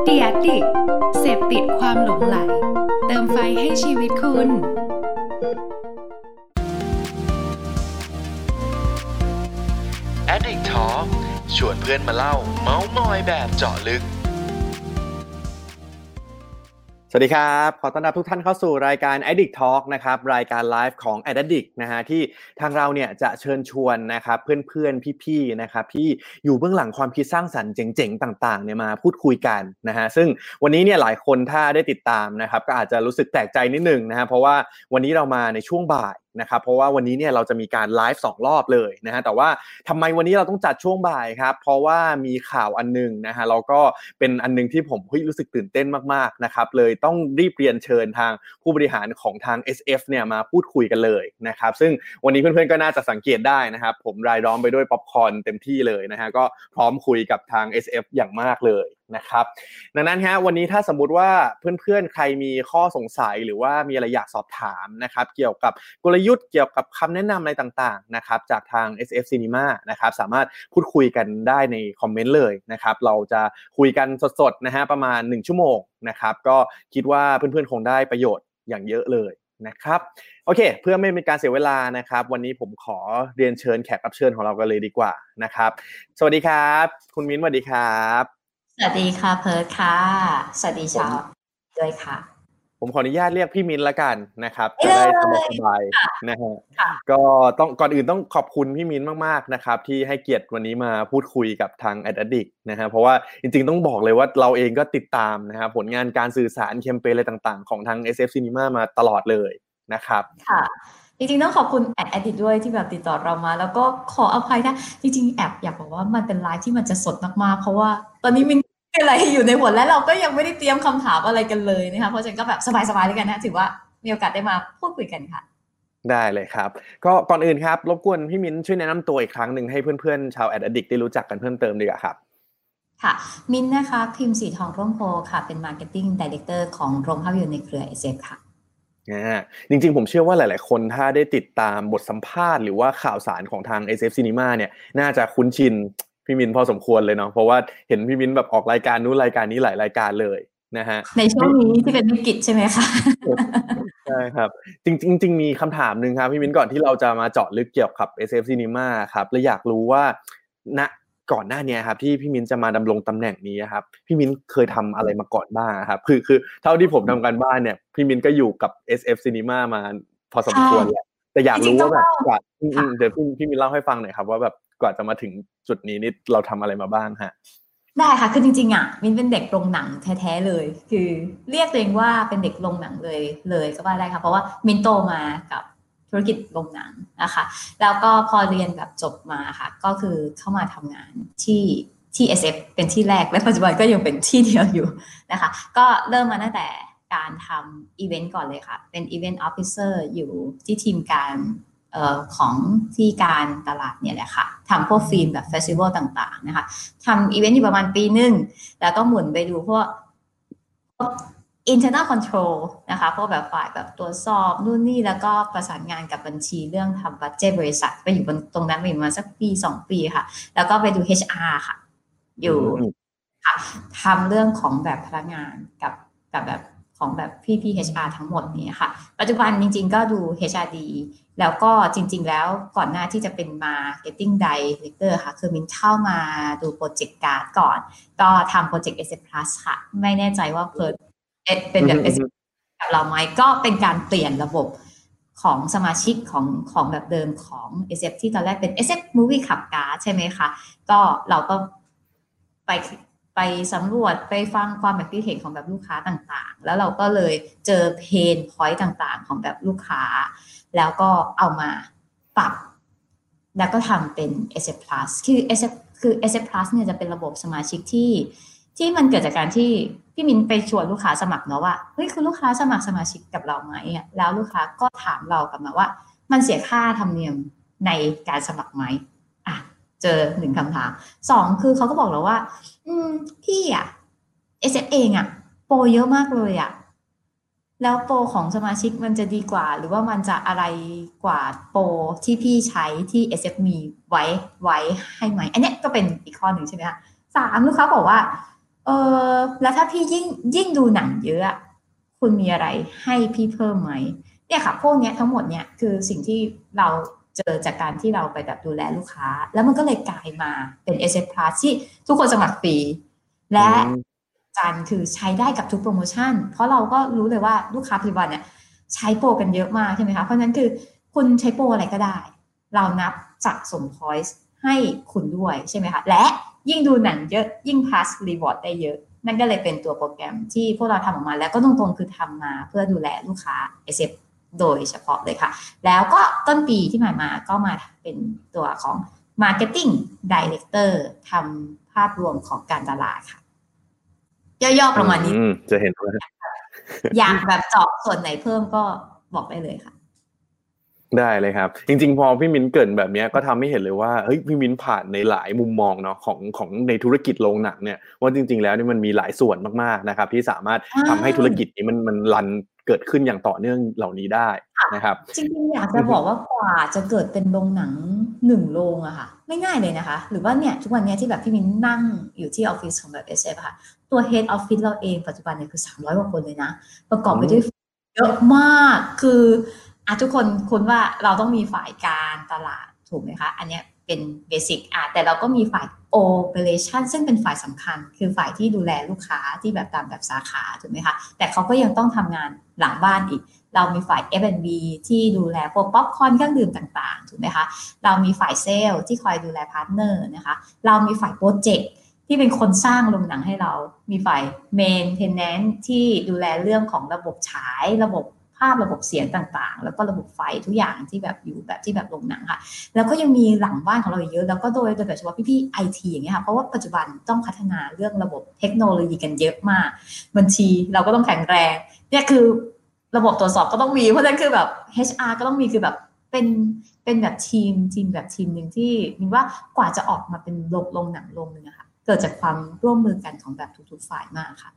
The Addict เสพติดความหลงใหลเติมไฟให้ชีวิตคุณ Addict Talk ชวนเพื่อนมาเล่าเม้าท์มอยแบบเจาะลึกสวัสดีครับขอต้อนรับทุกท่านเข้าสู่รายการ Addict Talk นะครับรายการไลฟ์ของ Addict นะฮะที่ทางเราเนี่ยจะเชิญชวนนะครับเพื่อนๆพี่ๆนะครับที่อยู่เบื้องหลังความคิดสร้างสรรค์เจ๋งๆต่างๆเนี่ยมาพูดคุยกันนะฮะซึ่งวันนี้เนี่ยหลายคนถ้าได้ติดตามนะครับก็อาจจะรู้สึกแปลกใจนิดนึงนะฮะเพราะว่าวันนี้เรามาในช่วงบ่ายนะครับเพราะว่าวันนี้เนี่ยเราจะมีการไลฟ์2รอบเลยนะฮะแต่ว่าทำไมวันนี้เราต้องจัดช่วงบ่ายครับเพราะว่ามีข่าวอันนึงนะฮะแล้วก็เป็นอันนึงที่ผมรู้สึกตื่นเต้นมากๆนะครับเลยต้องรีบเรียนเชิญทางผู้บริหารของทาง SF เนี่ยมาพูดคุยกันเลยนะครับซึ่งวันนี้เพื่อนๆก็น่าจะสังเกตได้นะครับผมรายล้อมไปด้วยป๊อปคอร์นเต็มที่เลยนะฮะก็พร้อมคุยกับทาง SF อย่างมากเลยนะครับดังนั้นฮะวันนี้ถ้าสมมุติว่าเพื่อนๆใครมีข้อสงสัยหรือว่ามีอะไรอยากสอบถามนะครับเกี่ยวกับกลยุทธ์เกี่ยวกับคำแนะนำอะไรต่างๆนะครับจากทาง SF Cinema นะครับสามารถพูดคุยกันได้ในคอมเมนต์เลยนะครับเราจะคุยกันสดๆนะฮะประมาณ1ชั่วโมงนะครับก็คิดว่าเพื่อนๆคงได้ประโยชน์อย่างเยอะเลยนะครับโอเคเพื่อไม่เป็นการเสียเวลานะครับวันนี้ผมขอเรียนเชิญแขกรับเชิญของเรากันเลยดีกว่านะครับสวัสดีครับคุณมิ้นท์สวัสดีครับสวัสดีค่ะเพิร์ทค่ะสวัสดีชาวด้วยค่ะผมขออนุญาตเรียกพี่มิ้นท์ละกันนะครับจะได้สบายๆนะฮะก็ต้องก่อนอื่นต้องขอบคุณพี่มิ้นท์มากๆนะครับที่ให้เกียรติวันนี้มาพูดคุยกับทาง Addict นะฮะเพราะว่าจริงๆต้องบอกเลยว่าเราเองก็ติดตามนะครับผลงานการสื่อสารแคมเปญอะไรต่างๆของทาง SF Cinema มาตลอดเลยนะครับค่ะจริงๆต้องขอบคุณAddict ด้วยที่แบบติดต่อเรามาแล้วก็ขออภัยนะจริงๆแอบอยากบอกว่ามันเป็นไลฟ์ที่มันจะสดมากๆเพราะว่าตอนนี้มินอะไรอยู่ในหัวและเราก็ยังไม่ได้เตรียมคำถามอะไรกันเลยนะคะเพราะฉะนั้นก็แบบสบายๆเลยกันนะถือว่ามีโอกาสได้มาพูดคุยกันค่ะได้เลยครับก็ก่อนอื่นครับรบกวนพี่มิ้นช่วยแนะนำตัวอีกครั้งหนึ่งให้เพื่อนๆชาว Addict ได้รู้จักกันเพิ่มเติมดีกว่าครับค่ะมินนะคะพิมพ์สีทองร่มโพค่ะเป็น Marketing Director ของโรงภาพยนตร์ในเครือ SF ค่ะจริงๆผมเชื่อว่าหลายๆคนถ้าได้ติดตามบทสัมภาษณ์หรือว่าข่าวสารของทาง SF Cinema เนี่ยน่าจะคุ้นชินพี่มิ้นพอสมควรเลยเนาะเพราะว่าเห็นพี่มิ้นแบบออกรายการนู้นรายการนี้หลายรายการเลยนะฮะในช่วงนี้ที่เป็นวิกฤตใช่ไหมคะใช่ครับจริงๆมีคำถามนึงครับพี่มิ้นก่อนที่เราจะมาเจาะลึกเกี่ยวกับ SF Cinema ครับและอยากรู้ว่าณก่อนหน้านี้ครับที่พี่มิ้นจะมาดำรงตำแหน่งนี้ครับพี่มิ้นเคยทำอะไรมาก่อนบ้างครับคือเท่าที่ผมทำการบ้านเนี่ยพี่มิ้นก็อยู่กับ SF Cinema มาพอสมควรแล้วแต่อยากรู้ว่าแบบกว่าเดี๋ยวพี่มิ้นเล่าให้ฟังหน่อยครับว่าแบบกว่าจะมาถึงจุดนี้นี่เราทำอะไรมาบ้างฮะได้ค่ะคือจริงๆมินเป็นเด็กโรงหนังแท้ๆเลยคือเรียกตัวเองว่าเป็นเด็กโรงหนังเลยก็ว่าได้ค่ะเพราะว่ามินโตมากับธุรกิจโรงหนังนะคะแล้วก็พอเรียนแบบจบมาค่ะก็คือเข้ามาทำงานที่ SF เป็นที่แรกและปัจจุบันก็ยังเป็นที่เดียวอยู่นะคะก็เริ่มมาตั้งแต่การทำอีเวนต์ก่อนเลยค่ะเป็นอีเวนต์ออฟฟิเซอร์อยู่ที่ทีมการของที่การตลาดเนี่ยแหละค่ะทำพวกฟิล์มแบบเฟสติวัลต่างๆนะคะทำอีเวนต์อยู่ประมาณปีนึงแล้วก็หมุนไปดูพวก internal control นะคะพวกแบบฝ่ายแบบตรวจสอบนู่นนี่แล้วก็ประสานงานกับบัญชีเรื่องทำบัดเจ็ตบริษัทไปอยู่ตรงนั้นไปมาสักปี2 ปีค่ะแล้วก็ไปดู HR ค่ะอยู่ค่ะทำเรื่องของแบบพนักงานกับแบบของแบบพี่ HR ทั้งหมดนี้ค่ะปัจจุบันจริงๆก็ดู HRD แล้วก็จริงๆแล้วก่อนหน้าที่จะเป็น Marketing Director ค่ะคือมินเข้ามาดูโปรเจกต์การ์ดก่อนก็ทำโปรเจกต์ SF Plus ค่ะไม่แน่ใจว่าเพิร์ทเป็นแบบ SF กับเราไหมก็เป็นการเปลี่ยนระบบของสมาชิกของแบบเดิมของ SF ที่ตอนแรกเป็น SF Movie Club Card ใช่ไหมคะก็เราก็ไปสำรวจไปฟังความแบบคิดเห็นของแบบลูกค้าต่างๆแล้วเราก็เลยเจอเพนพอยต์ต่างๆของแบบลูกค้าแล้วก็เอามาปรับแล้วก็ทำเป็น SF Plus คือ SF Plus เนี่ยจะเป็นระบบสมาชิกที่มันเกิดจากการที่พี่มิ้นไปชวนลูกค้าสมัครเนาะว่าเฮ้ยคือลูกค้าสมัครสมาชิกกับเราไหมแล้วลูกค้าก็ถามเรากลับมาว่ามันเสียค่าธรรมเนียมในการสมัครไหมเจอ1คำถาม2คือเขาก็บอกเราว่าพี่SF เองโปรเยอะมากเลยแล้วโปรของสมาชิกมันจะดีกว่าหรือว่ามันจะอะไรกว่าโปรที่พี่ใช้ที่ SF มีไว้ให้ไหมอันนี้ก็เป็นอีกข้อหนึ่งใช่ไหมคะ3ลูกค้าบอกว่าแล้วถ้าพี่ยิ่งดูหนังเยอะคุณมีอะไรให้พี่เพิ่มไหมเนี่ยค่ะพวกเนี้ยทั้งหมดเนี่ยคือสิ่งที่เราเจอจากการที่เราไปแบบดูแลลูกค้าแล้วมันก็เลยกลายมาเป็น SF Plus ที่ทุกคนสมัครฟรีและจันคือใช้ได้กับทุกโปรโมชั่นเพราะเราก็รู้เลยว่าลูกค้าปัจจุบันเนี่ยใช้โปรกันเยอะมากใช่ไหมคะเพราะนั้นคือคุณใช้โปรอะไรก็ได้เรานับสะสม points ให้คุณด้วยใช่ไหมคะและยิ่งดูหนังเยอะยิ่ง plus reward ได้เยอะนั่นก็เลยเป็นตัวโปรแกรมที่พวกเราทำออกมาแล้วก็ตรงๆคือทำมาเพื่อดูแลลูกค้า SF โดยเฉพาะเลยค่ะแล้วก็ต้นปีที่ผ่านมาก็มาเป็นตัวของ Marketing Director ทำภาพรวมของการตลาดค่ะย่อๆประมาณนี้จะเห็นว่าอยากแบบเจาะส่วนไหนเพิ่มก็บอกได้เลยค่ะได้เลยครับจริงๆพอพี่มิ้นเกริ่นแบบนี้ก็ทำให้เห็นเลยว่าเฮ้ยพี่มิ้นผ่านในหลายมุมมองเนาะของในธุรกิจโรงหนังเนี่ยว่าจริงๆแล้วนี่มันมีหลายส่วนมากๆนะครับที่สามารถทำให้ธุรกิจนี้มันรันเกิดขึ้นอย่างต่อเนื่องเหล่านี้ได้นะครับจริงๆอยากจะบอกว่ากว่าจะเกิดเป็นโรงหนัง1โรงอะค่ะไม่ง่ายเลยนะคะหรือว่าเนี่ยทุกวันนี้ที่แบบพี่มิ้นนั่งอยู่ที่ออฟฟิศของแบบ SF ค่ะตัว Head Office เราเองปัจจุบันเนี่ยคือ300กว่าคนเลยนะประกอบไปด้วยเยอะมากคือทุกคนคุ้นว่าเราต้องมีฝ่ายการตลาดถูกไหมคะอันนี้เป็นเบสิกแต่เราก็มีฝ่าย Operation ซึ่งเป็นฝ่ายสำคัญคือฝ่ายที่ดูแลลูกค้าที่แบบตามแบบสาขาถูกไหมคะแต่เขาก็ยังต้องทำงานหลังบ้านอีกเรามีฝ่าย F&B ที่ดูแลพวกป๊อปคอร์นเครื่องดื่มต่างๆถูกไหมคะเรามีฝ่ายเซลล์ที่คอยดูแลพาร์ทเนอร์นะคะเรามีฝ่ายโปรเจกต์ที่เป็นคนสร้างโรงหนังให้เรามีฝ่ายเมนเทนแนนซ์ที่ดูแลเรื่องของระบบฉายระบบภาพระบบเสียงต่างๆแล้วก็ระบบไฟทุกอย่างที่แบบอยู่แบบที่แบบโรงหนังค่ะแล้วก็ยังมีหลังบ้านของเราเยอะแล้วก็โดยแบบเฉพาะพี่ๆ IT อย่างเงี้ยค่ะเพราะว่าปัจจุบันต้องพัฒนาเรื่องระบบเทคโนโลยีกันเยอะมากบัญชีเราก็ต้องแข็งแรงเนี่ยคือระบบตรวจสอบก็ต้องมีเพราะฉะนั้นคือแบบ HR ก็ต้องมีคือแบบเป็นแบบทีมแบบทีมหนึ่งที่มินว่ากว่าจะออกมาเป็นโรงหนังโรงนึงอะค่ะเกิดจากความร่วมมือกันของแบบทุกๆฝ่ายมากค่ะ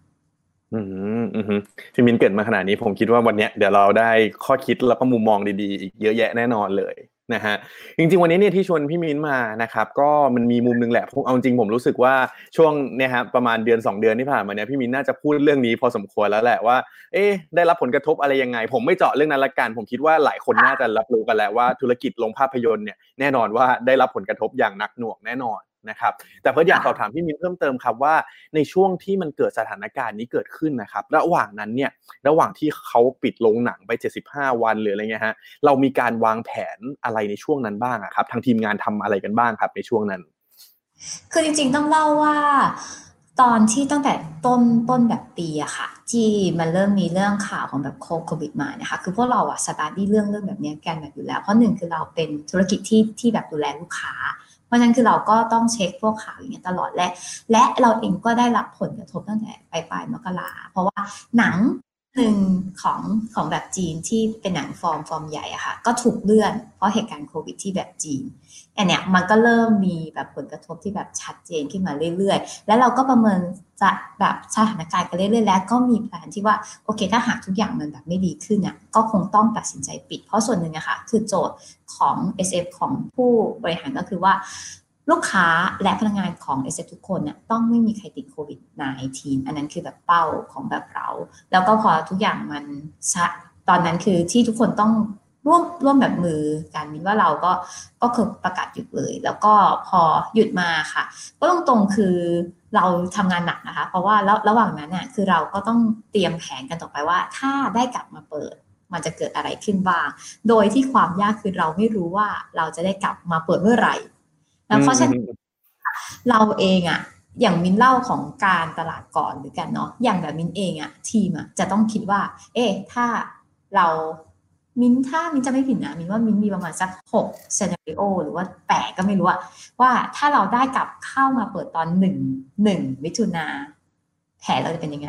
พี่มิ้นเกิดมาขนาดนี้ผมคิดว่าวันนี้เดี๋ยวเราได้ข้อคิดแล้วก็มุมมองดีๆอีกเยอะแยะแน่นอนเลยนะฮะจริงๆวันนี้เนี่ยที่ชวนพี่มิ้นมานะครับก็มันมีมุมนึงแหละเอาจริงผมรู้สึกว่าช่วงเนี่ยฮะประมาณเดือน2เดือนที่ผ่านมาเนี่ยพี่มิ้นน่าจะพูดเรื่องนี้พอสมควรแล้วแหละว่าได้รับผลกระทบอะไรยังไงผมไม่เจาะเรื่องนั้นละกันผมคิดว่าหลายคนน่าจะรับรู้กันแล้วว่าธุรกิจโรงภาพยนตร์เนี่ยแน่นอนว่าได้รับผลกระทบอย่างหนักหน่วงแน่นอนนะครับแต่เพื่ออยากสอบถามพี่มิ้นเพิ่มเติมครับว่าในช่วงที่มันเกิดสถานการณ์นี้เกิดขึ้นนะครับระหว่างนั้นเนี่ยระหว่างที่เขาปิดโรงหนังไป75วันหรืออะไรเงี้ยฮะเรามีการวางแผนอะไรในช่วงนั้นบ้างอะครับทางทีมงานทำอะไรกันบ้างครับในช่วงนั้นคือจริงๆต้องเล่าว่าตอนที่ตั้งแต่ต้นแบบปีอะค่ะที่มันเริ่มมีเรื่องข่าวของแบบโควิดมานะคะคือพวกเราอะสตาร์ทที่เรื่องแบบนี้กันแบบอยู่แล้วเพราะหนึ่งคือเราเป็นธุรกิจที่แบบดูแลลูกค้าเพราะฉะนั้นคือเราก็ต้องเช็คพวกข่าวอย่างเงี้ยตลอดและเราเองก็ได้รับผลกระทบตั้งแต่ปลายมกราเพราะว่าหนังหนึ่งของแบบจีนที่เป็นหนังฟอร์มใหญ่อะค่ะก็ถูกเลื่อนเพราะเหตุการณ์โควิดที่แบบจีนอันเนี้ยมันก็เริ่มมีแบบผลกระทบที่แบบชัดเจนขึ้นมาเรื่อยๆแล้วเราก็ประเมินจะแบบสถานการณ์กันเรื่อยๆแล้วก็มีแผนที่ว่าโอเคถ้าหากทุกอย่างมันแบบไม่ดีขึ้นเนี่ยก็คงต้องตัดสินใจปิดเพราะส่วนหนึ่งอะค่ะคือโจทย์ของ SF ของผู้บริหารก็คือว่าลูกค้าและพนักงานของ SF ทุกคนเนี่ยต้องไม่มีใครติดโควิด-19 อันนั้นคือแบบเป้าของแบบเราแล้วก็พอทุกอย่างมันตอนนั้นคือที่ทุกคนต้องร่วมแบบมือการมินว่าเราก็คือประกาศหยุดเลยแล้วก็พอหยุดมาค่ะก็ตรงๆคือเราทำงานหนักนะคะเพราะว่าแล้วระหว่างนั้นเนี่ยคือเราก็ต้องเตรียมแผนกันต่อไปว่าถ้าได้กลับมาเปิดมันจะเกิดอะไรขึ้นบ้างโดยที่ความยากคือเราไม่รู้ว่าเราจะได้กลับมาเปิดเมื่อไหร่แล้วเพราะฉะนั้นเราเองอะอย่างมินเล่าของการตลาดก่อนหรือกันเนาะอย่างแบบมินเองอะทีมอะจะต้องคิดว่าถ้าเราถ้ามินจะไม่ผิดนะมินว่ามินมีประมาณสัก6 scenario หรือว่า8ก็ไม่รู้ว่าถ้าเราได้กลับเข้ามาเปิดตอน1มิถุนาแผนเราจะเป็นยังไง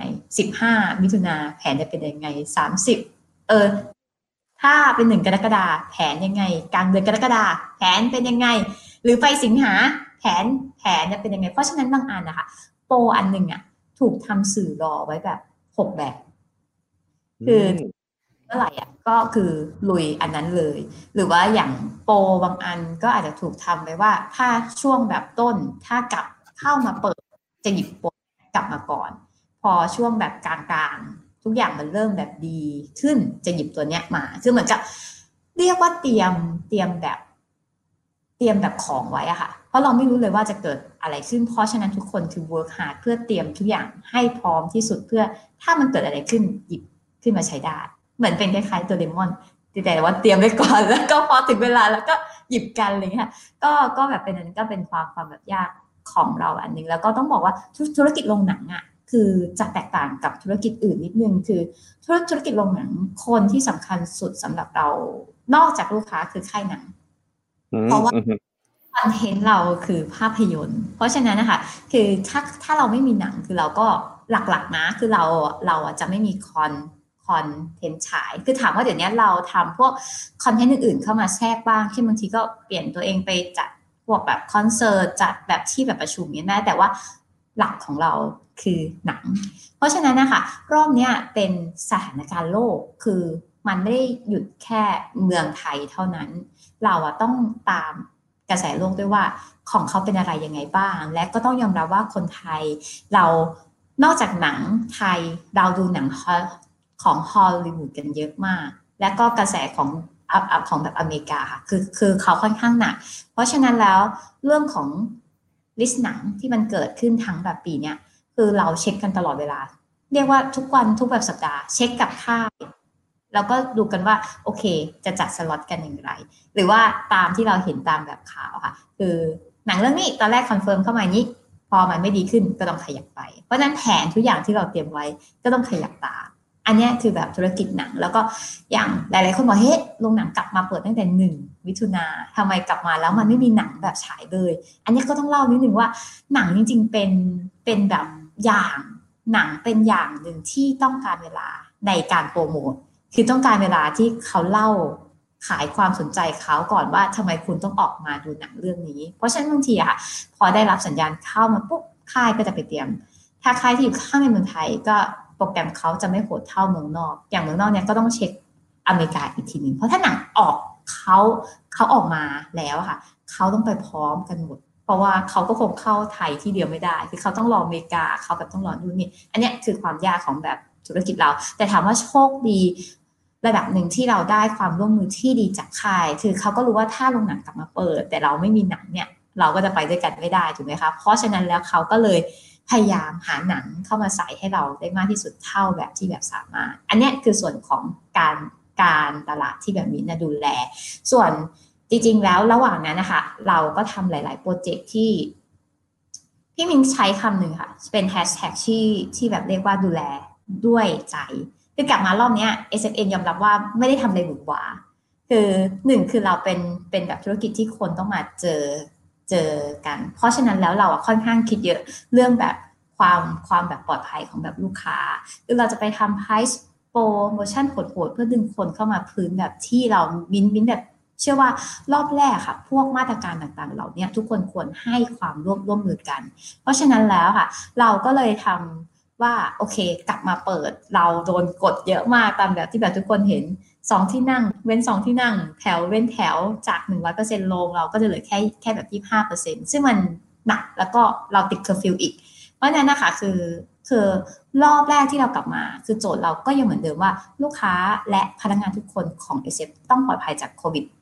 15มิถุนาแผนจะเป็นยังไง30ถ้าเป็น1กรกฎาคมแผนยังไงกลางเดือนกรกฎาคมแผนเป็นยังไงหรือไปสิงหาแผนจะเป็นยังไงเพราะฉะนั้นบางอันนะคะโปรอันนึงอ่ะถูกทำสื่อรอไว้แบบ6แบบคือเมื่อไหร่อ่ะก็คือลุยอันนั้นเลยหรือว่าอย่างโปรบางอันก็อาจจะถูกทำไปว่าถ้าช่วงแบบต้นถ้ากลับเข้ามาเปิดจะหยิบโปรกลับมาก่อนพอช่วงแบบกลางๆทุกอย่างมันเริ่มแบบดีขึ้นจะหยิบตัวเนี้ยมาคือเหมือนกับเรียกว่าเตรียมแบบของไว้อะค่ะเพราะเราไม่รู้เลยว่าจะเกิดอะไรขึ้นเพราะฉะนั้นทุกคนคือ work hard เพื่อเตรียมทุกอย่างให้พร้อมที่สุดเพื่อถ้ามันเกิดอะไรขึ้นหยิบขึ้นมาใช้ได้เหมือนเป็นคล้ายๆตัวเลมอนแต่ว่าเตรียมไว้ก่อนแล้วก็พอถึงเวลาแล้วก็หยิบกันอะไรเงี้ยก็แบบเป็นนั้นก็เป็นความแบบยากของเราอันนึงแล้วก็ต้องบอกว่าธุรกิจโรงหนังอ่ะคือจะแตกต่างกับธุรกิจอื่นนิดนึงคือธุรกิจโรงหนังคนที่สำคัญสุดสำหรับเรานอกจากลูกค้าคือค่ายหนังเพราะว่าคอนเทนต์เราคือภาพยนตร์เพราะฉะนั้นนะคะคือถ้าเราไม่มีหนังคือเราก็หลักๆนะคือเราจะไม่มีคอนเทนต์ฉายคือถามว่าเดี๋ยวนี้เราทำพวกคอนเทนต์อื่นๆเข้ามาแทรกบ้างที่บางทีก็เปลี่ยนตัวเองไปจัดพวกแบบคอนเสิร์ตจัดแบบที่แบบประชุมนี้ได้แต่ว่าหลักของเราคือหนังเพราะฉะนั้นนะคะรอบนี้เป็นสถานการณ์โลกคือมันไม่ได้หยุดแค่เมืองไทยเท่านั้นเราต้องตามกระแสโลกด้วยว่าของเขาเป็นอะไรยังไงบ้างและก็ต้องยอมรับว่าคนไทยเรานอกจากหนังไทยเราดูหนังของฮอลลีวูดกันเยอะมากและก็กระแสของแบบอเมริกาค่ะคือเขาค่อนข้างหนักเพราะฉะนั้นแล้วเรื่องของลิสต์หนังที่มันเกิดขึ้นทั้งแบบปีเนี้ยคือเราเช็คกันตลอดเวลาเรียกว่าทุกวันทุกแบบสัปดาห์เช็คกับค่ายแล้วก็ดูกันว่าโอเคจะจัดสล็อตกันอย่างไรหรือว่าตามที่เราเห็นตามแบบข่าวค่ะคือหนังเรื่องนี้ตอนแรกคอนเฟิร์มเข้ามาอย่างนี้พอมันไม่ดีขึ้นก็ต้องขยับไปเพราะฉะนั้นแผนทุกอย่างที่เราเตรียมไว้ก็ต้องขยับตามอันนี้คือแบบธุรกิจหนังแล้วก็อย่างหลายๆคนบอกเฮ้ยโรงหนังกลับมาเปิดตั้งแต่1 มิถุนาทำไมกลับมาแล้วมันไม่มีหนังแบบฉายเลยอันนี้ก็ต้องเล่านิดนึงว่าหนังจริงๆเป็นแบบอย่างหนังเป็นอย่างหนึ่งที่ต้องการเวลาในการโปรโมทคือต้องการเวลาที่เขาเล่าขายความสนใจเขาก่อนว่าทำไมคุณต้องออกมาดูหนังเรื่องนี้เพราะฉะนั้นบางทีอะพอได้รับสัญญาณเข้ามาปุ๊บค่ายก็จะไปเตรียมถ้าค่ายที่อยู่ข้างในเมืองไทยก็โปรแกรมเขาจะไม่โหดเท่าเมืองนอกอย่างเมืองนอกเนี่ยก็ต้องเช็คอเมริกาอีกทีนึงเพราะถ้าหนังออกเขาออกมาแล้วค่ะเขาต้องไปพร้อมกันหมดเพราะว่าเขาก็คงเข้าไทยที่เดียวไม่ได้คือเขาต้องรออเมริกาเขาแบบต้องรอนู่นนี่อันนี้คือความยากของแบบธุรกิจเราแต่ถามว่าโชคดีระดับหนึ่งที่เราได้ความร่วมมือที่ดีจากค่ายคือเขาก็รู้ว่าถ้าโรงหนังกลับมาเปิดแต่เราไม่มีหนังเนี่ยเราก็จะไปด้วยกันไม่ได้ถูกไหมคะเพราะฉะนั้นแล้วเขาก็เลยพยายามหาหนังเข้ามาใส่ให้เราได้มากที่สุดเท่าแบบที่แบบสามารถอันนี้คือส่วนของการตลาดที่แบบมิ้นดูแลส่วนจริงๆแล้วระหว่างนั้นนะคะเราก็ทำหลายๆโปรเจกต์ที่พี่มิ้นใช้คำหนึ่งค่ะเป็นแฮชแท็กที่แบบเรียกว่าดูแลด้วยใจคือกลับมารอบนี้ SFN ยอมรับว่าไม่ได้ทำอะไรหวือหวาคือ1คือเราเป็นแบบธุรกิจที่คนต้องมาเจอกันเพราะฉะนั้นแล้วเราค่อนข้างคิดเยอะเรื่องแบบความแบบปลอดภัยของแบบลูกค้าคือเราจะไปทำ price promotion โหดๆเพื่อดึงคนเข้ามาพื้นแบบที่เรามิ้นแบบเชื่อว่ารอบแรกค่ะพวกมาตรการต่างๆเหล่านี้ทุกคนควรให้ความร่วมมือกันเพราะฉะนั้นแล้วค่ะเราก็เลยทำว่าโอเคกลับมาเปิดเราโดนกดเยอะมากตามแบบที่แบบทุกคนเห็น2ที่นั่งเว้น2ที่นั่งแถวเว้นแถวจาก 100% ลงเราก็จะเหลือแค่แบบ 25% ซึ่งมันหนักแล้วก็เราติดเคอร์ฟิวอีกเพราะฉะนั้นนะคะคือรอบแรกที่เรากลับมาคือโจทย์เราก็ยังเหมือนเดิมว่าลูกค้าและพนักงานทุกคนของ SF ต้องปลอดภัยจากโควิด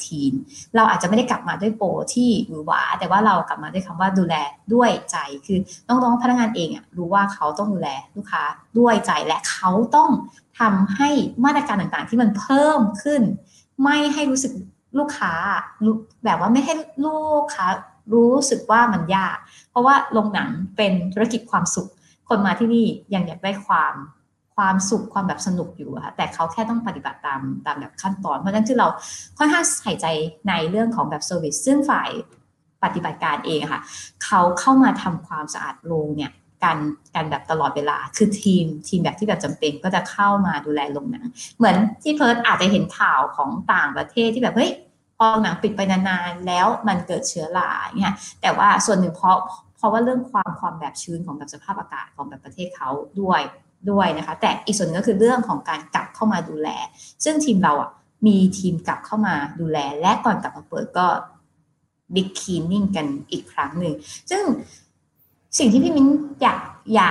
-19 เราอาจจะไม่ได้กลับมาด้วยโปรที่หวือหวาแต่ว่าเรากลับมาด้วยคำว่าดูแลด้วยใจคือน้องๆพนักงานเองรู้ว่าเขาต้องดูแลลูกค้าด้วยใจและเขาต้องทำให้มาตรการต่างๆที่มันเพิ่มขึ้นไม่ให้รู้สึกลูกค้าแบบว่าไม่ให้ลูกค้ารู้สึกว่ามันยากเพราะว่าโรงหนังเป็นธุรกิจความสุขคนมาที่นี่ยังอยากได้ความสุขความแบบสนุกอยู่ค่ะแต่เขาแค่ต้องปฏิบัติตามแบบขั้นตอนเพราะฉะนั้นคือเราค่อนข้างใส่ใจในเรื่องของแบบเซอร์วิสซึ่งฝ่ายปฏิบัติการเองค่ะเขาเข้ามาทำความสะอาดโรงเนี่ยกันแบบตลอดเวลาคือทีมแบบที่แบบจำเป็นก็จะเข้ามาดูแลโรงหนังเหมือนที่เพิร์ทอาจจะเห็นข่าวของต่างประเทศที่แบบเฮ้ยพอโรงหนังปิดไปนานๆแล้วมันเกิดเชื้อราเนี่ยแต่ว่าส่วนหนึ่งเพราะว่าเรื่องความแบบชื้นของแบบสภาพอากาศของแบบประเทศเขาด้วยนะคะแต่อีกส่วนนึงก็คือเรื่องของการกลับเข้ามาดูแลซึ่งทีมเรามีทีมกลับเข้ามาดูแลและก่อนกลับมาเปิดก็บิ๊กคลีนนิ่งกันอีกครั้งหนึ่งซึ่งสิ่งที่พี่มิ้นอยาก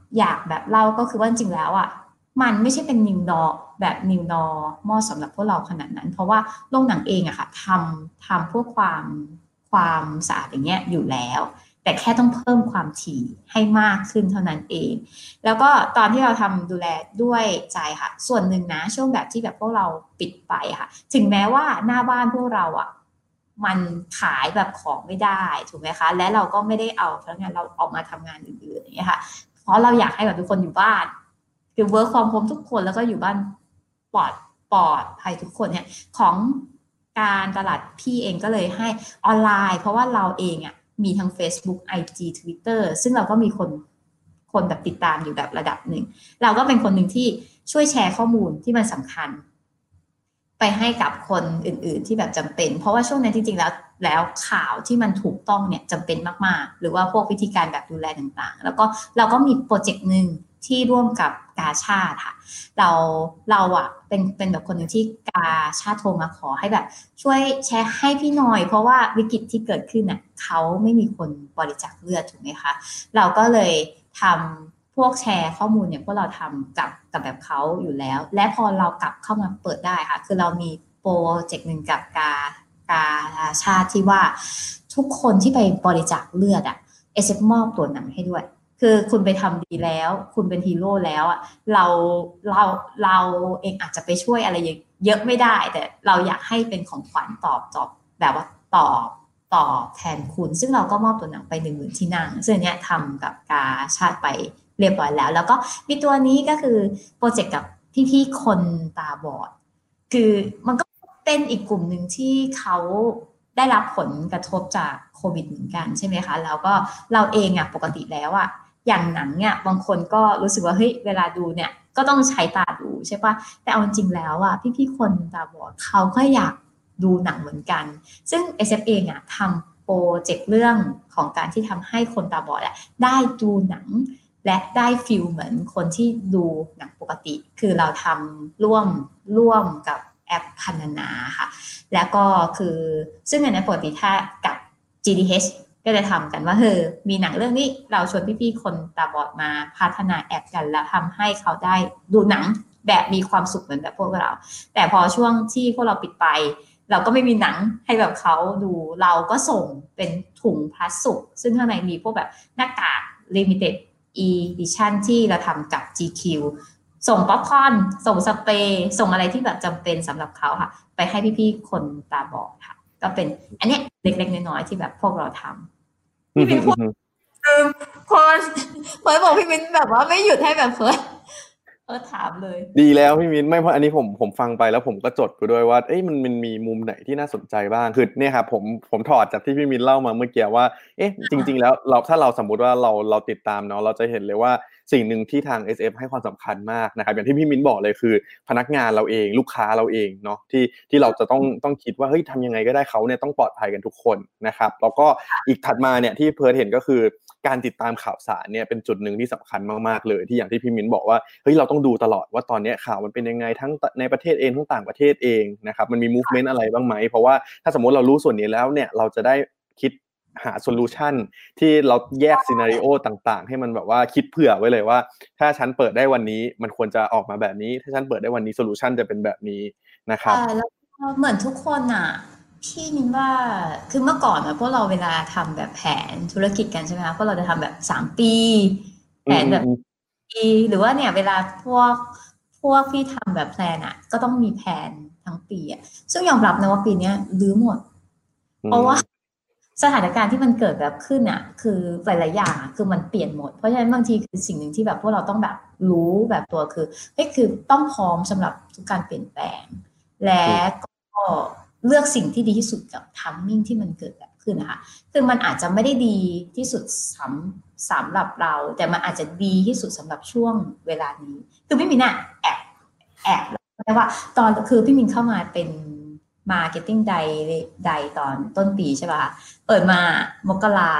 อยากแบบเล่าก็คือว่าจริงๆแล้วอ่ะมันไม่ใช่เป็น new norm แบบ new normal สำหรับพวกเราขนาดนั้นเพราะว่าโรงหนังเองอะค่ะทำพวกความสะอาดอย่างเงี้ยอยู่แล้วแต่แค่ต้องเพิ่มความถี่ให้มากขึ้นเท่านั้นเองแล้วก็ตอนที่เราทำดูแลด้วยใจค่ะส่วนหนึ่งนะช่วงแบบที่แบบพวกเราปิดไปค่ะถึงแม้ว่าหน้าบ้านพวกเราอ่ะมันขายแบบของไม่ได้ถูกไหมคะและเราก็ไม่ได้เอาพนักงานเราออกมาทำงานอื่นๆอย่างเงี้ยค่ะเพราะเราอยากให้แบบทุกคนอยู่บ้านคือ work from home ทุกคนแล้วก็อยู่บ้านปลอดภัยทุกคนเนี่ยของการตลาดพี่เองก็เลยให้ออนไลน์เพราะว่าเราเองอ่ะมีทั้ง Facebook IG Twitter ซึ่งเราก็มีคนแบบติดตามอยู่แบบระดับหนึ่งเราก็เป็นคนหนึ่งที่ช่วยแชร์ข้อมูลที่มันสำคัญไปให้กับคนอื่นๆที่แบบจำเป็นเพราะว่าช่วงนั้นจริงๆแล้วข่าวที่มันถูกต้องเนี่ยจำเป็นมากๆหรือว่าพวกวิธีการแบบดูแลต่างๆแล้วก็เราก็มีโปรเจกต์หนึ่งที่ร่วมกับกาชาดค่ะเราอ่ะเป็นแบบคนหนึ่งที่กาชาดโทรมาขอให้แบบช่วยแชร์ให้พี่หน่อยเพราะว่าวิกฤตที่เกิดขึ้นน่ะเขาไม่มีคนบริจาคเลือดถูกไหมคะเราก็เลยทำพวกแชร์ข้อมูลเนี่ยพวกเราทำกับแบบเขาอยู่แล้วและพอเรากลับเข้ามาเปิดได้ค่ะคือเรามีโปรเจกต์หนึ่งกับกาชาดที่ว่าทุกคนที่ไปบริจาคเลือดอ่ะSF มอบตัวหนังให้ด้วยคือคุณไปทำดีแล้วคุณเป็นฮีโร่แล้วอ่ะเราเองอาจจะไปช่วยอะไรเยอะไม่ได้แต่เราอยากให้เป็นของขวัญตอบแบบว่าตอบแทนคุณซึ่งเราก็มอบตัวหนังไป10,000 ที่นั่งซึ่งเนี้ยทำกับกาชาดไปเรียบร้อยแล้วก็มีตัวนี้ก็คือโปรเจกต์กับพี่ๆคนตาบอดคือมันก็เป็นอีกกลุ่มหนึ่งที่เขาได้รับผลกระทบจากโควิดเหมือนกันใช่ไหมคะแล้วก็เราเองอ่ะปกติแล้วอ่ะอย่างหนังเนี่ยบางคนก็รู้สึกว่าเฮ้ยเวลาดูเนี่ยก็ต้องใช้ตาดูใช่ปะแต่เอาจริงแล้วอ่ะพี่ๆคนตาบอดเขาก็อยากดูหนังเหมือนกันซึ่ง SF เองอ่ะทำโปรเจกต์เรื่องของการที่ทำให้คนตาบอดอ่ะได้ดูหนังและได้ฟีลเหมือนคนที่ดูหนังปกติคือเราทำร่วมกับแอปพันนาค่ะแล้วก็คือซึ่งในปกติถ้ากับ GDH ก็จะทำกันว่ามีหนังเรื่องนี้เราชวนพี่ๆคนตาบอดมาพัฒนาแอปกันแล้วทำให้เขาได้ดูหนังแบบมีความสุขเหมือนแบบพวกเราแต่พอช่วงที่พวกเราปิดไปเราก็ไม่มีหนังให้แบบเขาดูเราก็ส่งเป็นถุงพลาสติกซึ่งข้างในมีพวกแบบหน้ากาก limited edition ที่เราทำกับ GQ ส่งป๊อปคอร์นส่งสเปรย์ส่งอะไรที่แบบจำเป็นสำหรับเขาค่ะไปให้พี่ๆคนตาบอดค่ะก็เป็นอันเนี้ยเล็กๆน้อยๆที่แบบพวกเราทำพี่มิ้นพูดเพิร์ดบอกพี่มิ้นแบบว่าไม่หยุดให้แบบเพิร์ดถามเลยดีแล้วพี่มิ้นไม่เพราะอันนี้ผมฟังไปแล้วผมก็จดไปด้วยว่ามันมีมุมไหนที่น่าสนใจบ้างคือเนี่ยครับผมถอดจากที่พี่มิ้นเล่ามาเมื่อกี้ว่าจริงๆแล้วถ้าเราสมมุติว่าเราติดตามเนาะเราจะเห็นเลยว่าสิ่งหนึ่งที่ทาง SF ให้ความสำคัญมากนะครับอย่างที่พี่มิ้นบอกเลยคือพนักงานเราเองลูกค้าเราเองเนาะที่เราจะต้องคิดว่าเฮ้ยทำยังไงก็ได้เขาเนี่ยต้องปลอดภัยกันทุกคนนะครับแล้วก็อีกถัดมาเนี่ยที่เพิร์ทเห็นก็คือการติดตามข่าวสารเนี่ยเป็นจุดหนึ่งที่สำคัญมากๆเลยที่อย่างที่พี่มิ้นบอกว่าเฮ้ยเราต้องดูตลอดว่าตอนนี้ข่าวมันเป็นยังไงทั้งในประเทศเองทั้งต่างประเทศเองนะครับมันมี movement อะไรบ้างไหมเพราะว่าถ้าสมมติเรารู้ส่วนนี้แล้วเนี่ยเราจะได้คิดหาโซลูชันที่เราแยกซีนาริโอต่างๆให้มันแบบว่าคิดเผื่อไว้เลยว่าถ้าฉันเปิดได้วันนี้มันควรจะออกมาแบบนี้ถ้าฉันเปิดได้วันนี้โซลูชันจะเป็นแบบนี้นะครับแล้วเหมือนทุกคนอ่ะพี่มินว่าคือเมื่อก่อนพวกเราเวลาทำแบบแผนธุรกิจกันใช่ไหมคะพวกเราจะทำแบบ3 ปีแผนแบบปีหรือว่าเนี่ยเวลาพวกพี่ทำแบบแพลนอ่ะก็ต้องมีแผนทั้งปีอ่ะซึ่งยอมรับนะว่าปีนี้ลื้อหมดเพราะว่าสถานการณ์ที่มันเกิดแบบขึ้นอ่ะคือหลายๆอย่างคือมันเปลี่ยนหมดเพราะฉะนั้นบางทีคือสิ่งหนึ่งที่แบบพวกเราต้องแบบรู้แบบตัวคือต้องพร้อมสำหรับทุกการเปลี่ยนแปลงและก็เลือกสิ่งที่ดีที่สุดกับทัมมิ่งที่มันเกิดแบบขึ้นนะคะคือมันอาจจะไม่ได้ดีที่สุดสำหรับเราแต่มันอาจจะดีที่สุดสำหรับช่วงเวลานี้คือพี่มินแอบแต่ว่าตอนคือพี่มินเข้ามาเป็นMarketing Day ตอนต้นปีใช่ป่ะเปิดมามกรา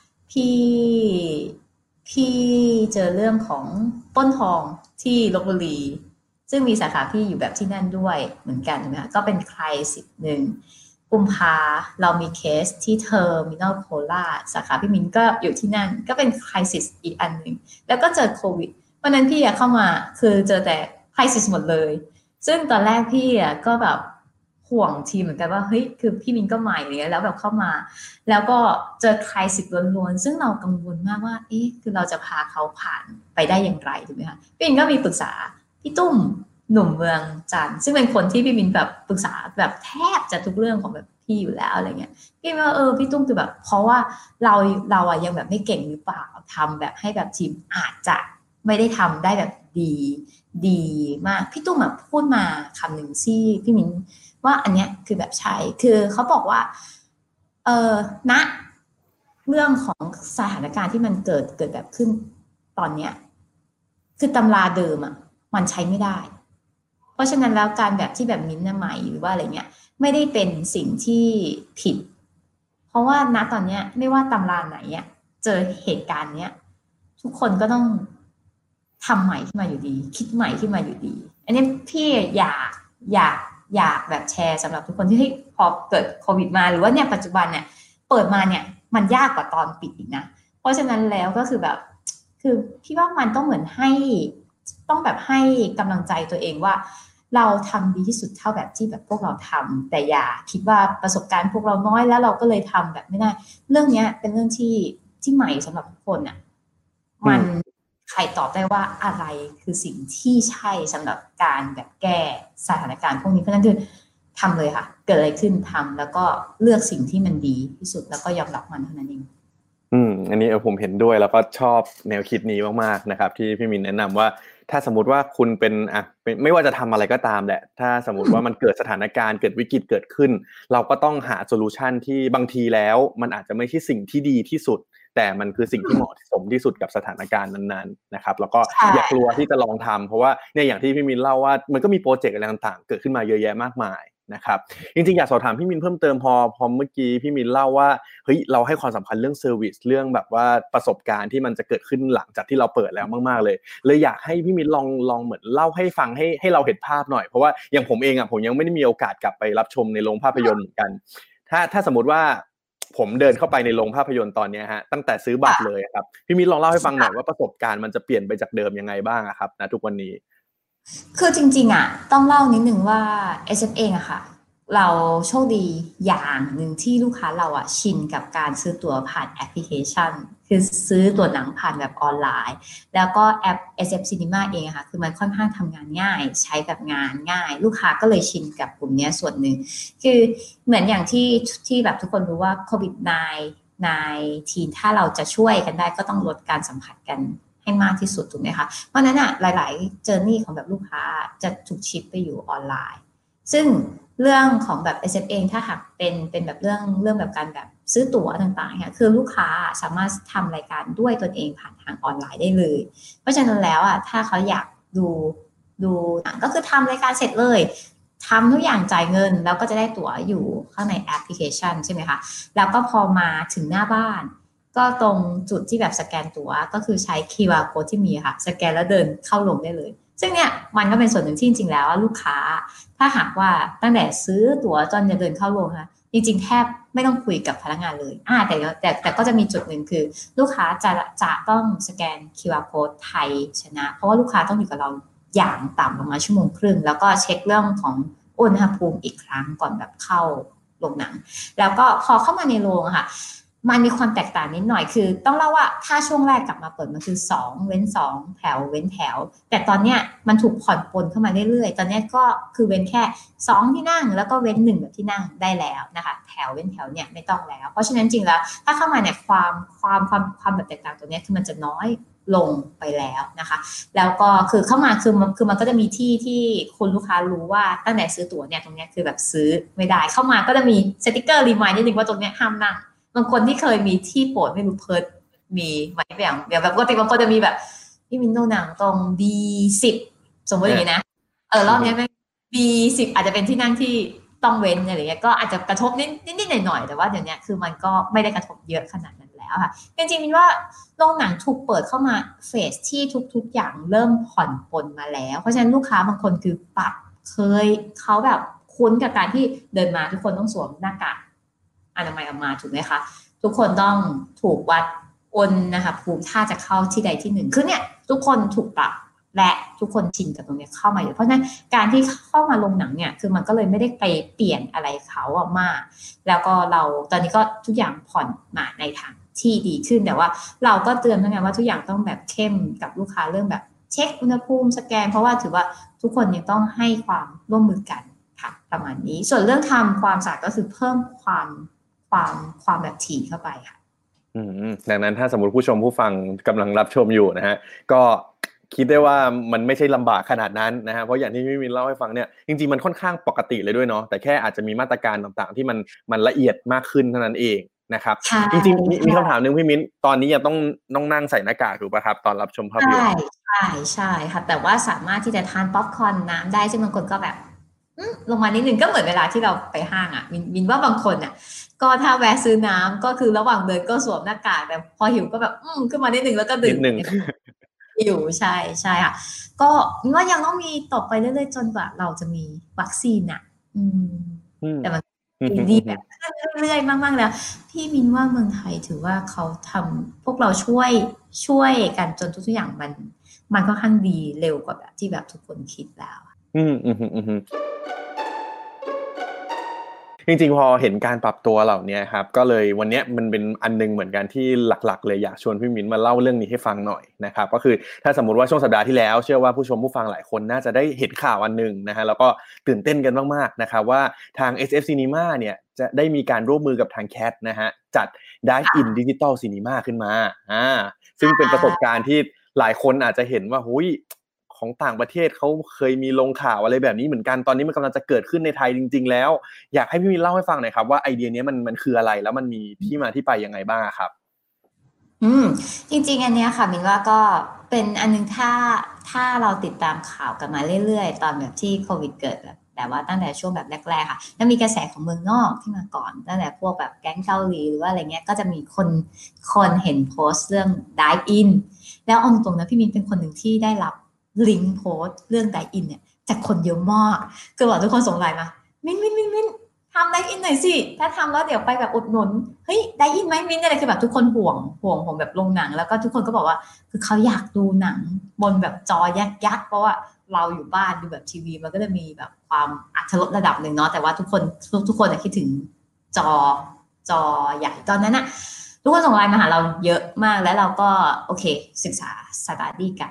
พี่เจอเรื่องของปล้นทองที่ลพบุรีซึ่งมีสาขาพี่อยู่แบบที่นั่นด้วยเหมือนกันนะก็เป็นใคร10 นึงกุมภาเรามีเคสที่เทอร์มินอลโคราชสาขาพี่มินก็อยู่ที่นั่นก็เป็นไครซิสอีกอันหนึ่งแล้วก็เจอโควิดเพราะนั้นพี่เข้ามาคือเจอแต่ไครซิสหมดเลยซึ่งตอนแรกพี่ก็แบบห่วงทีมเหมือนกันว่าเฮ้ยคือพี่มินก็ใหม่เลยแล้วแบบเข้ามาแล้วก็เจอไครซิสล้วนๆซึ่งเรากังวลมากว่าคือเราจะพาเขาผ่านไปได้อย่างไรถูกไหมคะพี่มินก็มีปรึกษาพี่ตุ้มหนุ่มเมืองจันทร์ซึ่งเป็นคนที่พี่มินแบบปรึกษาแบบแทบจะทุกเรื่องของแบบพี่อยู่แล้วอะไรเงี้ยพี่ว่าพี่ตุ้มคือแบบเพราะว่าเรายังแบบไม่เก่งหรือเปล่าทำแบบให้แบบทีมอาจจะไม่ได้ทำได้แบบดีมากพี่ตุ้มแบบพูดมาคำหนึ่งที่พี่มิ้นว่าอันเนี้ยคือแบบใช่คือเขาบอกว่าณเรื่องของสถานการณ์ที่มันเกิดแบบขึ้นตอนเนี้ยคือตำราเดิมมันใช้ไม่ได้เพราะฉะนั้นแล้วการแบบที่แบบมิ้นท์ใหม่หรือว่าอะไรเงี้ยไม่ได้เป็นสิ่งที่ผิดเพราะว่าณตอนเนี้ยไม่ว่าตำราไหนเจอเหตุการณ์เนี้ยทุกคนก็ต้องทำใหม่ขึ้นมาอยู่ดีคิดใหม่ขึ้นมาอยู่ดีอันนี้พี่อยากแบบแชร์สำหรับทุกคนที่พอเกิดโควิดมาหรือว่าเนี่ยปัจจุบันเนี่ยเปิดมาเนี่ยมันยากกว่าตอนปิดอีกนะเพราะฉะนั้นแล้วก็คือแบบคือพี่ว่ามันต้องเหมือนต้องแบบให้กำลังใจตัวเองว่าเราทำดีที่สุดเท่าแบบที่แบบพวกเราทำแต่อย่าคิดว่าประสบการณ์พวกเราน้อยแล้วเราก็เลยทำแบบไม่ได้เรื่องนี้เป็นเรื่องที่ใหม่สำหรับทุกคนมันใครตอบได้ว่าอะไรคือสิ่งที่ใช่สำหรับการแบบแก้สถานการณ์พวกนี้เพราะฉะนั้นคือทำเลยค่ะเกิดอะไรขึ้นทำแล้วก็เลือกสิ่งที่มันดีที่สุดแล้วก็ยอมรับมันเท่านั้นเองอันนี้ผมเห็นด้วยแล้วก็ชอบแนวคิดนี้มากๆนะครับที่พี่มินแนะนำว่าถ้าสมมติว่าคุณเป็นไม่ว่าจะทำอะไรก็ตามแหละถ้าสมมติว่ามันเกิดสถานการณ์เกิดวิกฤตเกิดขึ้นเราก็ต้องหาโซลูชันที่บางทีแล้วมันอาจจะไม่ใช่สิ่งที่ดีที่สุดแต่มันคือสิ่งที่เหมาะสมที่สุดกับสถานการณ์นั้นๆนะครับแล้วก็อย่ากลัวที่จะลองทำเพราะว่าเนี่ยอย่างที่พี่มินเล่าว่ามันก็มีโปรเจกต์อะไรต่างๆเกิดขึ้นมาเยอะแยะมากมายนะครับจริงๆอยากสอบถามพี่มินเพิ่มเติมพอเมื่อกี้พี่มินเล่าว่าเฮ้ยเราให้ความสำคัญเรื่องเซอร์วิสเรื่องแบบว่าประสบการณ์ที่มันจะเกิดขึ้นหลังจากที่เราเปิดแล้วมากๆเลยอยากให้พี่มินลองเหมือนเล่าให้ฟังให้เราเห็นภาพหน่อยเพราะว่าอย่างผมเองผมยังไม่ได้มีโอกาสกลับไปรับชมในโรงภาพยนตร์เหมือนกันถ้าสมมติว่าผมเดินเข้าไปในโรงภาพยนตร์ตอนนี้ฮะตั้งแต่ซื้อบัตรเลยครับพี่มินลองเล่าให้ฟังหน่อยว่าประสบการณ์มันจะเปลี่ยนไปจากเดิมยังไงบ้างครับณทุกวันนี้คือจริงๆต้องเล่านิดนึงว่า SF เองค่ะเราโชคดีอย่างหนึ่งที่ลูกค้าเราชินกับการซื้อตั๋วผ่านแอปพลิเคชันคือซื้อตั๋วหนังผ่านแบบออนไลน์แล้วก็แอป SF Cinema เองค่ะคือมันค่อนข้างทำงานง่ายใช้แบบงานง่ายลูกค้าก็เลยชินกับกลุ่มนี้ส่วนหนึ่งคือเหมือนอย่างที่แบบทุกคนรู้ว่าโควิด-19 ถ้าเราจะช่วยกันได้ก็ต้องลดการสัมผัสกันให้มากที่สุดถูกไหมคะเพราะนั้นหลายๆเจอร์นี่ของแบบลูกค้าจะถูกชิปไปอยู่ออนไลน์ซึ่งเรื่องของแบบ SF เองถ้าหากเป็นแบบเรื่องแบบการแบบซื้อตั๋วต่างๆเนี่ยคือลูกค้าสามารถทำรายการด้วยตนเองผ่านทางออนไลน์ได้เลยเพราะฉะนั้นแล้วถ้าเขาอยากดูหนังก็คือทำรายการเสร็จเลยทำทุกอย่างจ่ายเงินแล้วก็จะได้ตั๋วอยู่ข้างในแอปพลิเคชันใช่ไหมคะแล้วก็พอมาถึงหน้าบ้านก็ตรงจุดที่แบบสแกนตั๋วก็คือใช้ QR code ที่มีค่ะสแกนแล้วเดินเข้าลงได้เลยซึ่งเนี่ยมันก็เป็นส่วนหนึ่งที่จริงๆแล้วลูกค้าถ้าหากว่าตั้งแต่ซื้อตั๋วจนจะเดินเข้าลงนะจริงๆแทบไม่ต้องคุยกับพนักงานเลยแต่ก็จะมีจุดหนึ่งคือลูกค้าจะต้องสแกน QR code ไทยชนะเพราะว่าลูกค้าต้องอยู่กับเราอย่างต่ำประมาณ1.5 ชั่วโมงแล้วก็เช็คเรื่องของอุณหภูมิอีกครั้งก่อนแบบเข้าโรงหนังแล้วก็พอเข้ามาในโรงค่ะมันมีความแตกต่างนิดหน่อยคือต้องเล่าว่าถ้าช่วงแรกกลับมาเปิดมันคือ2เว้น2แถวเว้นแถวแต่ตอนเนี้ยมันถูกผ่อนปลนเข้ามาเรื่อยๆตอนนี้ก็คือเว้นแค่2ที่นั่งแล้วก็เว้น1แบบที่นั่งได้แล้วนะคะแถวเว้นแถวเนี่ยไม่ต้องแล้วเพราะฉะนั้นจริงแล้วถ้าเข้ามาเนี่ยความแบบแตกต่างตัวนี้คือมันจะน้อยลงไปแล้วนะคะแล้วก็คือเข้ามาคือมันก็จะมีที่คุณลูกค้ารู้ว่าตั้งแต่ซื้อตั๋วเนี่ยตรงนี้คือแบบซื้อไม่ได้เข้ามาก็จะมีสติ๊กเกอร์รีมายด์นิดนึงว่าตรงนี้ห้ามนั่งบางคนที่เคยมีที่โปรดไม่รู้เพิร์ดมีไหมแบบปกติบางคนจะมีแบบพี่มินโนหนังตรง B10 สมมติอย่างนี้นะรอบนี้ไม่ B10 อาจจะเป็นที่นั่งที่ต้องเว้นอะไรเงี้ยก็อาจจะกระทบนิดหน่อยแต่ว่าเดี๋ยวนี้คือมันก็ไม่ได้กระทบเยอะขนาดนั้นแล้วค่ะจริงๆมินว่าโรงหนังถูกเปิดเข้ามาเฟสที่ทุกอย่างเริ่มผ่อนปลนมาแล้วเพราะฉะนั้นลูกค้าบางคนคือปรับเขาแบบคุ้นกับการที่เดินมาทุกคนต้องสวมหน้ากากอนามัยออกมาถูกไหมคะทุกคนต้องถูกวัดอุณหภูมิถ้าจะเข้าที่ใดที่หนึ่งคือเนี่ยทุกคนถูกปรับและทุกคนชินกับตรงนี้เข้ามาอยู่เพราะฉะนั้นการที่เข้ามาลงหนังเนี่ยคือมันก็เลยไม่ได้ไปเปลี่ยนอะไรเขาอะมากแล้วก็เราตอนนี้ก็ทุกอย่างผ่อนมาในทางที่ดีขึ้นแต่ว่าเราก็เตือนทั้งนั้นว่าทุกอย่างต้องแบบเข้มกับลูกค้าเรื่องแบบเช็คอุณหภูมิสแกนเพราะว่าถือว่าทุกคนยังต้องให้ความร่วมมือกันค่ะประมาณนี้ส่วนเรื่องทำความสะอาดก็คือเพิ่มความแบบถี่เข้าไปค่ะดังนั้นถ้าสมมติผู้ชมผู้ฟังกำลังรับชมอยู่นะฮะก็คิดได้ว่ามันไม่ใช่ลำบากขนาดนั้นนะฮะเพราะอย่างที่พี่มินเล่าให้ฟังเนี่ยจริงๆมันค่อนข้างปกติเลยด้วยเนาะแต่แค่อาจจะมีมาตรการต่างๆที่มันละเอียดมากขึ้นเท่านั้นเองนะครับจริงๆมีคำถามนึงพี่มินตอนนี้ยังต้องนั่งใส่หน้ากากถูกป่ะครับตอนรับชมภาพยนตร์ใช่ค่ะแต่ว่าสามารถที่จะทานป๊อปคอร์นน้ำได้ซึ่งบางคนก็แบบลงมานิดนึงก็เหมือนเวลาที่เราไปห้างอ่ะมินว่าบางคนอ่ะก็ถ้าแวะซื้อน้ำก็คือระหว่างเดินก็สวมหน้ากากแต่พอหิวก็แบบขึ้นมานิดนึงแล้วก็ดื่มอยู่ใช่ค่ะก็มินว่ายังต้องมีต่อไปเรื่อยๆจนกว่าเราจะมีวัคซีนอ่ะแต่มันดีแบบเรื่อยๆมากๆแล้วพี่มินว่าเมืองไทยถือว่าเขาทำพวกเราช่วยกันจนทุกอย่างมันค่อนข้างดีเร็วกว่าแบบที่แบบทุกคนคิดแล้วจริงๆพอเห็นการปรับตัวเหล่านี้ครับก็เลยวันนี้มันเป็นอันนึงเหมือนกันที่หลักๆเลยอยากชวนพี่มิ้นมาเล่าเรื่องนี้ให้ฟังหน่อยนะครับก็คือถ้าสมมุติว่าช่วงสัปดาห์ที่แล้วเชื่อว่าผู้ชมผู้ฟังหลายคนน่าจะได้เห็นข่าวอันนึงนะฮะแล้วก็ตื่นเต้นกันมากๆนะครับว่าทาง SF Cinema เนี่ยจะได้มีการร่วมมือกับทาง CAT นะฮะจัด Dive In Digital Cinema ขึ้นมาซึ่งเป็นประสบการณ์ที่หลายคนอาจจะเห็นว่าหุยของต่างประเทศเขาเคยมีลงข่าวอะไรแบบนี้เหมือนกันตอนนี้มันกำลังจะเกิดขึ้นในไทยจริงๆแล้วอยากให้พี่มินเล่าให้ฟังหน่อยครับว่าไอเดียนี้มันคืออะไรแล้วมันมีที่มาที่ไปยังไงบ้างครับจริงๆอันเนี้ยค่ะมินว่าก็เป็นอันนึงถ้าเราติดตามข่าวกันมาเรื่อยๆตอนแบบที่โควิดเกิดแบบว่าตั้งแต่ช่วงแบบแรกๆค่ะแล้วมีกระแสของเมืองนอกที่มาก่อนตั้งแต่พวกแบบแก๊งเกาหลีหรือว่าอะไรเงี้ยก็จะมีคนเห็นโพสต์เรื่อง Dive In แล้วเอาตรงๆนะพี่มินเป็นคนหนึ่งที่ได้รับลิงก์โพสต์เรื่อง Dive In เนี่ยจากคนเยอะมากคือบอกทุกคนส่งไลน์มามินทำ Dive In หน่อยสิถ้าทำแล้วเดี๋ยวไปแบบอุดหนุนเฮ้ย Dive In ไหมมินอะไรคือแบบทุกคนห่วงผมแบบลงหนังแล้วก็ทุกคนก็บอกว่าคือเขาอยากดูหนังบนแบบจอยักษ์เพราะว่าเราอยู่บ้านดูแบบทีวีมันก็จะมีแบบความอรรถรสระดับหนึ่งเนาะแต่ว่าทุกคนคิดถึงจอใหญ่ตอนนั้นอะทุกคนส่งไลน์มาหาเราเยอะมากแล้วเราก็โอเคศึกษาสตาร์ดี้กัน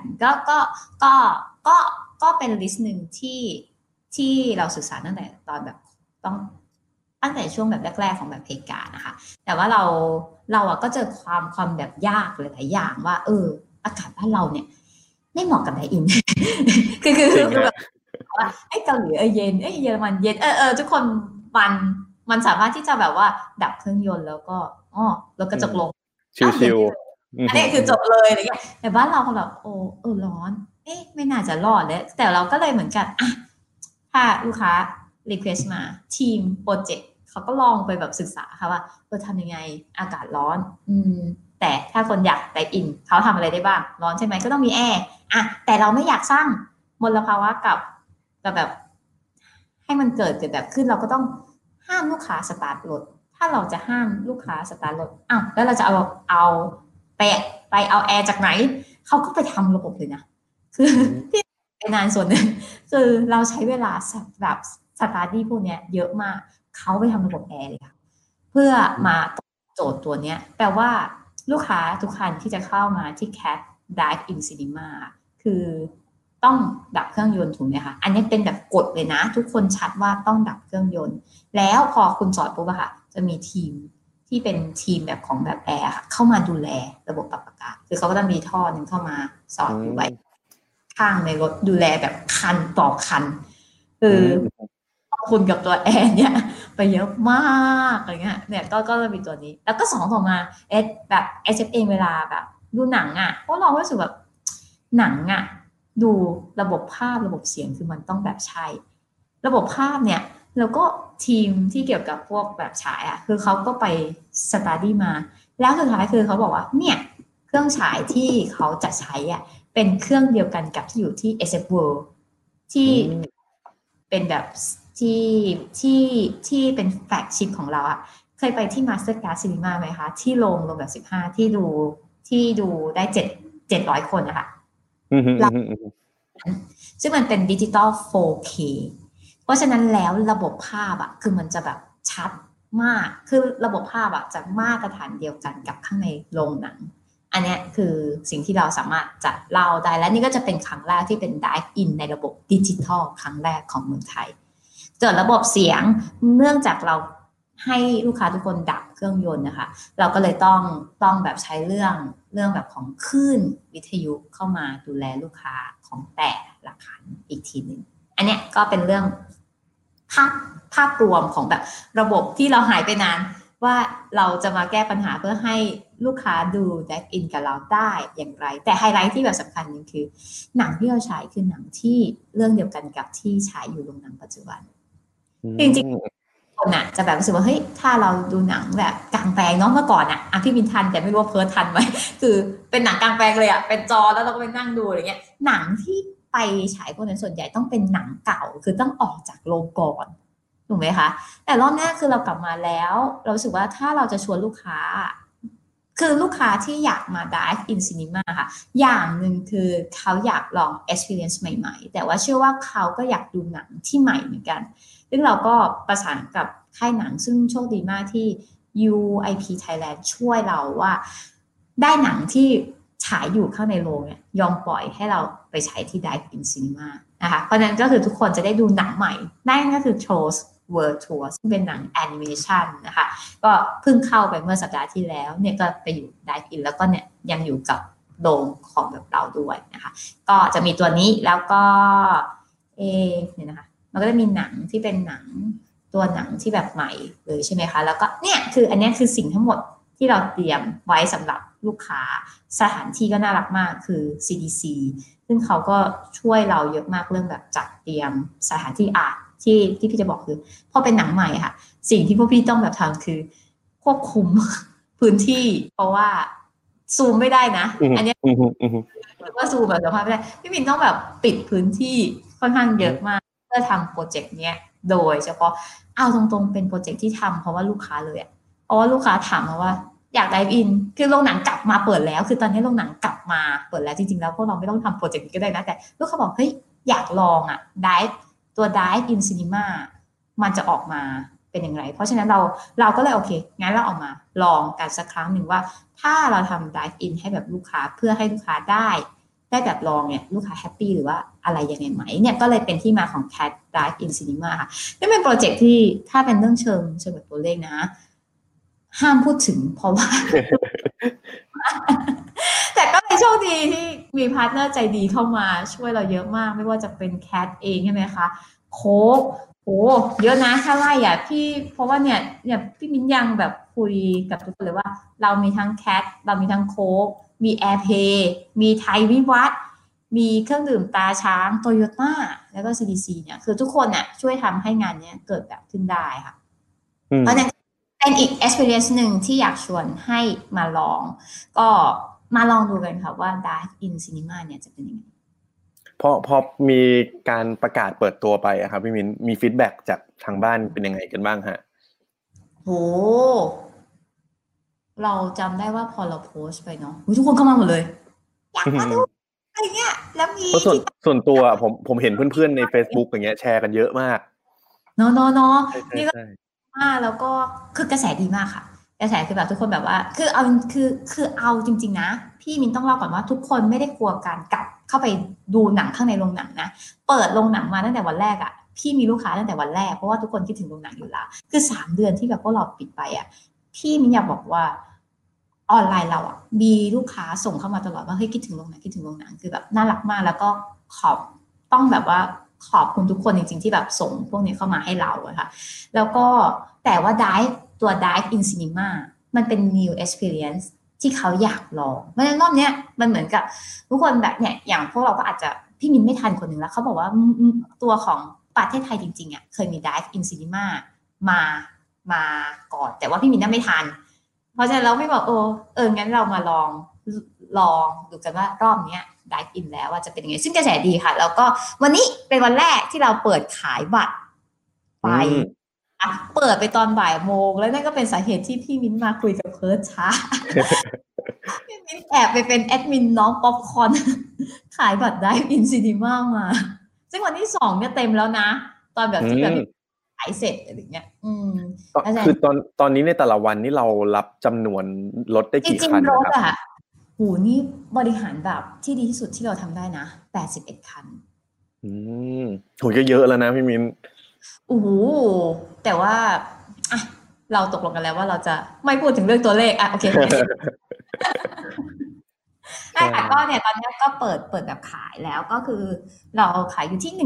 ก็เป็นลิสต์หนึ่งที่เราศึกษาตั้งแต่ตอนแบบตั้งแต่ช่วงแบบแรกๆของแบบเหตุการณ์นะคะแต่ว่าเราอะก็เจอความแบบยากหลายๆอย่างว่าอากาศบ้านเราเนี่ยไม่เหมาะกับไดอิน คือแบบว่าไอ้เกาหลีเย็นเยอรมันเย็นทุกคนมันสามารถที่จะแบบว่าดับเครื่องยนต์แล้วก็แล้วก็จบลงชิวๆอันนี้คือจบเลยอะไรเงี้ยแต่บ้านเราแบบร้อนไม่น่าจะรอดเลยแต่เราก็เลยเหมือนกันถ้าลูกค้ารีเควสต์มาทีมโปรเจกต์เขาก็ลองไปแบบศึกษาค่ะว่าทำยังไงอากาศร้อนแต่ถ้าคนอยากไดอินเขาทำอะไรได้บ้างร้อนใช่ไหมก็ต้องมีแอร์แต่เราไม่อยากสร้างมลภาวะกับแบบให้มันเกิดแบบขึ้นเราก็ต้องห้ามลูกค้าสตาร์ทรถถ้าเราจะห้ามลูกค้าสตาร์ทรถแล้วเราจะเอาไปเอาแอร์จากไหนเขาก็ไปทำระบบเลยนะคือที่งานส่วนหนึ่งคือเราใช้เวลาแบบสตาร์ดี้พวกเนี้ยเยอะมากเขาไปทำระบบแอร์เลยค่ะเพื่อมาโจทย์ตัวเนี้ยแปลว่าลูกค้าทุกคันที่จะเข้ามาที่ CAT Dive In Cinema คือต้องดับเครื่องยนต์ถูกไหมคะอันนี้เป็นแบบกฎเลยนะทุกคนชัดว่าต้องดับเครื่องยนต์แล้วพอคุณจอดปุ๊บอะค่ะจะมีทีมที่เป็นทีมแบบของแบบแอร์เข้ามาดูแลระบบปรับอากาศคือเขาก็จะมีท่อนึงเข้ามาสอดอยู่ไว้ข้างในรถดูแลแบบคันต่อคันคือคุณกับตัวแอร์เนี่ยไปเยอะมากอะไรเงี้ยเนี่ยก็จะมีตัวนี้แล้วก็2ต่อมาแบบ SF เองเวลาแบบดูหนังเพราะเรารู้สึกแบบหนังดูระบบภาพระบบเสียงคือมันต้องแบบใช่ระบบภาพเนี่ยแล้วก็ทีมที่เกี่ยวกับพวกแบบฉายคือเขาก็ไปสตาร์ดี้มาแล้วสุดท้ายคือเขาบอกว่าเนี่ยเครื่องฉายที่เขาจะใช้เป็นเครื่องเดียวกันกับที่อยู่ที่ SF World ที่เป็นแบบที่ที่ที่เป็นแฟลกชิพของเราอะเคยไปที่ Mastercard Cinema ไหมคะที่โรงแบบ15ที่ดูได้700 คนนะคะซึ่งมันเป็นดิจิตอล 4K เพราะฉะนั้นแล้วระบบภาพอะคือมันจะแบบชัดมากคือระบบภาพอะจะมาตรฐานเดียวกันกับข้างในโรงหนังอันนี้คือสิ่งที่เราสามารถจะเล่าได้และนี่ก็จะเป็นครั้งแรกที่เป็น Dive In ในระบบดิจิทัลครั้งแรกของเมืองไทยส่วนระบบเสียงเนื่องจากเราให้ลูกค้าทุกคนดับเครื่องยนต์นะคะเราก็เลยต้องแบบใช้เรื่องแบบของคลื่นวิทยุเข้ามาดูแลลูกค้าของแต่ละคันอีกทีหนึ่งอันเนี้ยก็เป็นเรื่องภาพรวมของแบบระบบที่เราหายไปนานว่าเราจะมาแก้ปัญหาเพื่อให้ลูกค้าดู Dive In กับเราได้อย่างไรแต่ไฮไลท์ที่แบบสำคัญนึงคือหนังที่เราฉายคือหนังที่เรื่องเดียวกันกับที่ฉายอยู่โรงหนังปัจจุบันจริงๆคนจะแบบรู้สึกว่าเฮ้ยถ้าเราดูหนังแบบกลางแปลงเนาะเมื่อก่อนพี่บินทันแต่ไม่รู้ว่าเพิร์ททันไหมคือเป็นหนังกลางแปลงเลยเป็นจอแล้วเราก็ไปนั่งดูอะไรเงี้ยหนังที่ไปฉายพวกนั้นส่วนใหญ่ต้องเป็นหนังเก่าคือต้องออกจากโรงก่อนถูกไหมคะแต่รอบนี้คือเรากลับมาแล้วเรารู้สึกว่าถ้าเราจะชวนลูกค้าคือลูกค้าที่อยากมา Dive In Cinema ค่ะอย่างหนึ่งคือเขาอยากลอง experience ใหม่ๆแต่ว่าเชื่อว่าเขาก็อยากดูหนังที่ใหม่เหมือนกันซึ่งเราก็ประสานกับค่ายหนังซึ่งโชคดีมากที่ UIP Thailand ช่วยเราว่าได้หนังที่ฉายอยู่ข้างในโรงเนี่ยยอมปล่อยให้เราไปฉายที่ Dive In Cinema นะคะเพราะนั้นก็คือทุกคนจะได้ดูหนังใหม่นั่นก็คือ Trolls World Tour ซึ่งเป็นหนังแอนิเมชันนะคะก็เพิ่งเข้าไปเมื่อสัปดาห์ที่แล้วเนี่ยก็ไปอยู่ Dive In แล้วก็เนี่ยยังอยู่กับโรงของแบบเราด้วยนะคะก็จะมีตัวนี้แล้วก็เนี่ยนะคะมันก็จะมีหนังที่เป็นหนังตัวหนังที่แบบใหม่เลยใช่ไหมคะแล้วก็เนี่ยคืออันนี้คือสิ่งทั้งหมดที่เราเตรียมไว้สำหรับลูกค้าสถานที่ก็น่ารักมากคือ CDC ซึ่งเขาก็ช่วยเราเยอะมากเรื่องแบบจัดเตรียมสถานที่ที่พี่จะบอกคือพอเป็นหนังใหม่ค่ะสิ่งที่พวกพี่ต้องแบบทำคือควบคุมพื้นที่เพราะว่าซูมไม่ได้นะอันนี้ว่าซูมแบบสัมภาษณ์ไม่ได้พี่มินต้องแบบปิดพื้นที่ค่อนข้างเยอะมากเพื่อทำโปรเจกต์เนี้ยโดยเฉพาะเอาตรงๆเป็นโปรเจกต์ที่ทำเพราะว่าลูกค้าเลยเพราะว่าลูกค้าถามมาว่าอยาก Dive In คือโรงหนังกลับมาเปิดแล้วคือตอนนี้โรงหนังกลับมาเปิดแล้วจริงๆแล้วพวกเราไม่ต้องทำโปรเจกต์นี้ก็ได้นะแต่ลูกค้าบอกเฮ้ยอยากลองDive ตัว Dive In Cinema มันจะออกมาเป็นอย่างไรเพราะฉะนั้นเราก็เลยโอเคงั้นเราออกมาลองกันสักครั้งหนึ่งว่าถ้าเราทำ Dive In ให้แบบลูกค้าเพื่อให้ลูกค้าได้แบบลองเนี่ยลูกค้าแฮปปี้หรือว่าอะไรยังไงไหมเนี่ยก็เลยเป็นที่มาของ Cat Dive In Cinema ค่ะนี่เป็นโปรเจกต์ที่ถ้าเป็นเรื่องเชิงแบบตัวเลขนะห้ามพูดถึงเพราะว่า แต่ก็เป็นโชคดีที่มีพาร์ทเนอร์ใจดีเข้ามาช่วยเราเยอะมากไม่ว่าจะเป็นแคทเองใช่ไหมคะโค้กโอ้เยอะนะถ้าไล่พี่เพราะว่าเนี่ยพี่มิ้นยังแบบคุยกับทุกคนเลยว่าเรามีทั้งแคทเรามีทั้งโค้กมีแอร์เพย์มีไทยวิวัฒน์มีเครื่องดื่มตาช้างโตโยต้าแล้วก็ CDC เนี่ยคือทุกคนช่วยทำให้งานนี้เกิดแบบขึ้นได้ค่ะเพราะฉะนั้นเป็นอีก experience หนึ่งที่อยากชวนให้มาลองก็มาลองดูกันค่ะว่า Dive In Cinema เนี่ยจะเป็นยังไงพอมีการประกาศเปิดตัวไปครับพี่มิ้นมีฟีดแบ็กจากทางบ้านเป็นยังไงกันบ้างฮะโหเราจำได้ว่าพอเราโพสต์ไปเนาะทุกคนเข้ามาหมดเลยอยากมาดูอะไรเงี้ยแล้วมีส่วนตัวผมเห็นเพื่อนๆใน Facebook อย่างเงี้ยแชร์กันเยอะมากเนาะนี่ก็มากแล้วก็คือกระแสดีมากค่ะกระแสคือแบบทุกคนแบบว่าคือเอาจริงๆนะพี่มินต้องเล่าก่อนว่าทุกคนไม่ได้กลัวการกลับเข้าไปดูหนังข้างในโรงหนังนะเปิดโรงหนังมาตั้งแต่วันแรกพี่มีลูกค้าตั้งแต่วันแรกเพราะว่าทุกคนคิดถึงโรงหนังอยู่แล้วคือ3 เดือนที่แบบพวกเราปิดไปพี่มินอยากบอกว่าออนไลน์เรามีลูกค้าส่งเข้ามาตลอดว่าเฮ้ยคิดถึงโรงหนังคือแบบน่ารักมากแล้วก็ต้องแบบว่าขอบคุณทุกคนจริงๆที่แบบส่งพวกนี้เข้ามาให้เราค่ะแล้วก็แต่ว่าตัว Dive In Cinema มันเป็น new experience ที่เขาอยากลองเพราะฉะนั้นรอบนี้มันเหมือนกับทุกคนแบบเนี่ยอย่างพวกเราก็อาจจะพี่มินไม่ทันคนหนึ่งแล้วเขาบอกว่าตัวของประเทศไทยจริงๆเคยมี Dive In Cinema มาก่อนแต่ว่าพี่มินน่าไม่ทันเพราะฉะนั้นเราไม่บอกงั้นเรามาลองดูกันว่ารอบนี้Dive In แล้วว่าจะเป็นยังไงซึ่งกระแสดีค่ะแล้วก็วันนี้เป็นวันแรกที่เราเปิดขายบัตรไปเปิดไปตอนบ่ายโมงแล้วนั่นก็เป็นสาเหตุที่พี่มิ้นมาคุยกับเพิร์ทช้า พี่มิ้นแอบไปเป็นแอดมินน้องป๊อปคอร์นขายบัตรได้อินซีนีมามาซึ่งวันที่2เนี่ยเต็มแล้วนะตอนแบบที่แบบขายเสร็จอะไรเงี้ยคือตอนนี้ในแต่ละวันนี่เรารับจำนวนรถได้กี่คันครับหูนี่บริหารแบบที่ดีที่สุดที่เราทำได้นะ81คันโหเยอะๆแล้วนะพี่มิ้นโอ้โหแต่ว่าเราตกลงกันแล้วว่าเราจะไม่พูดถึงเรื่องตัวเลขโอเคได้ค่ะก็เนี่ยตอนนี้ก็เปิดแบบขายแล้วก็คือเราขายอยู่ที่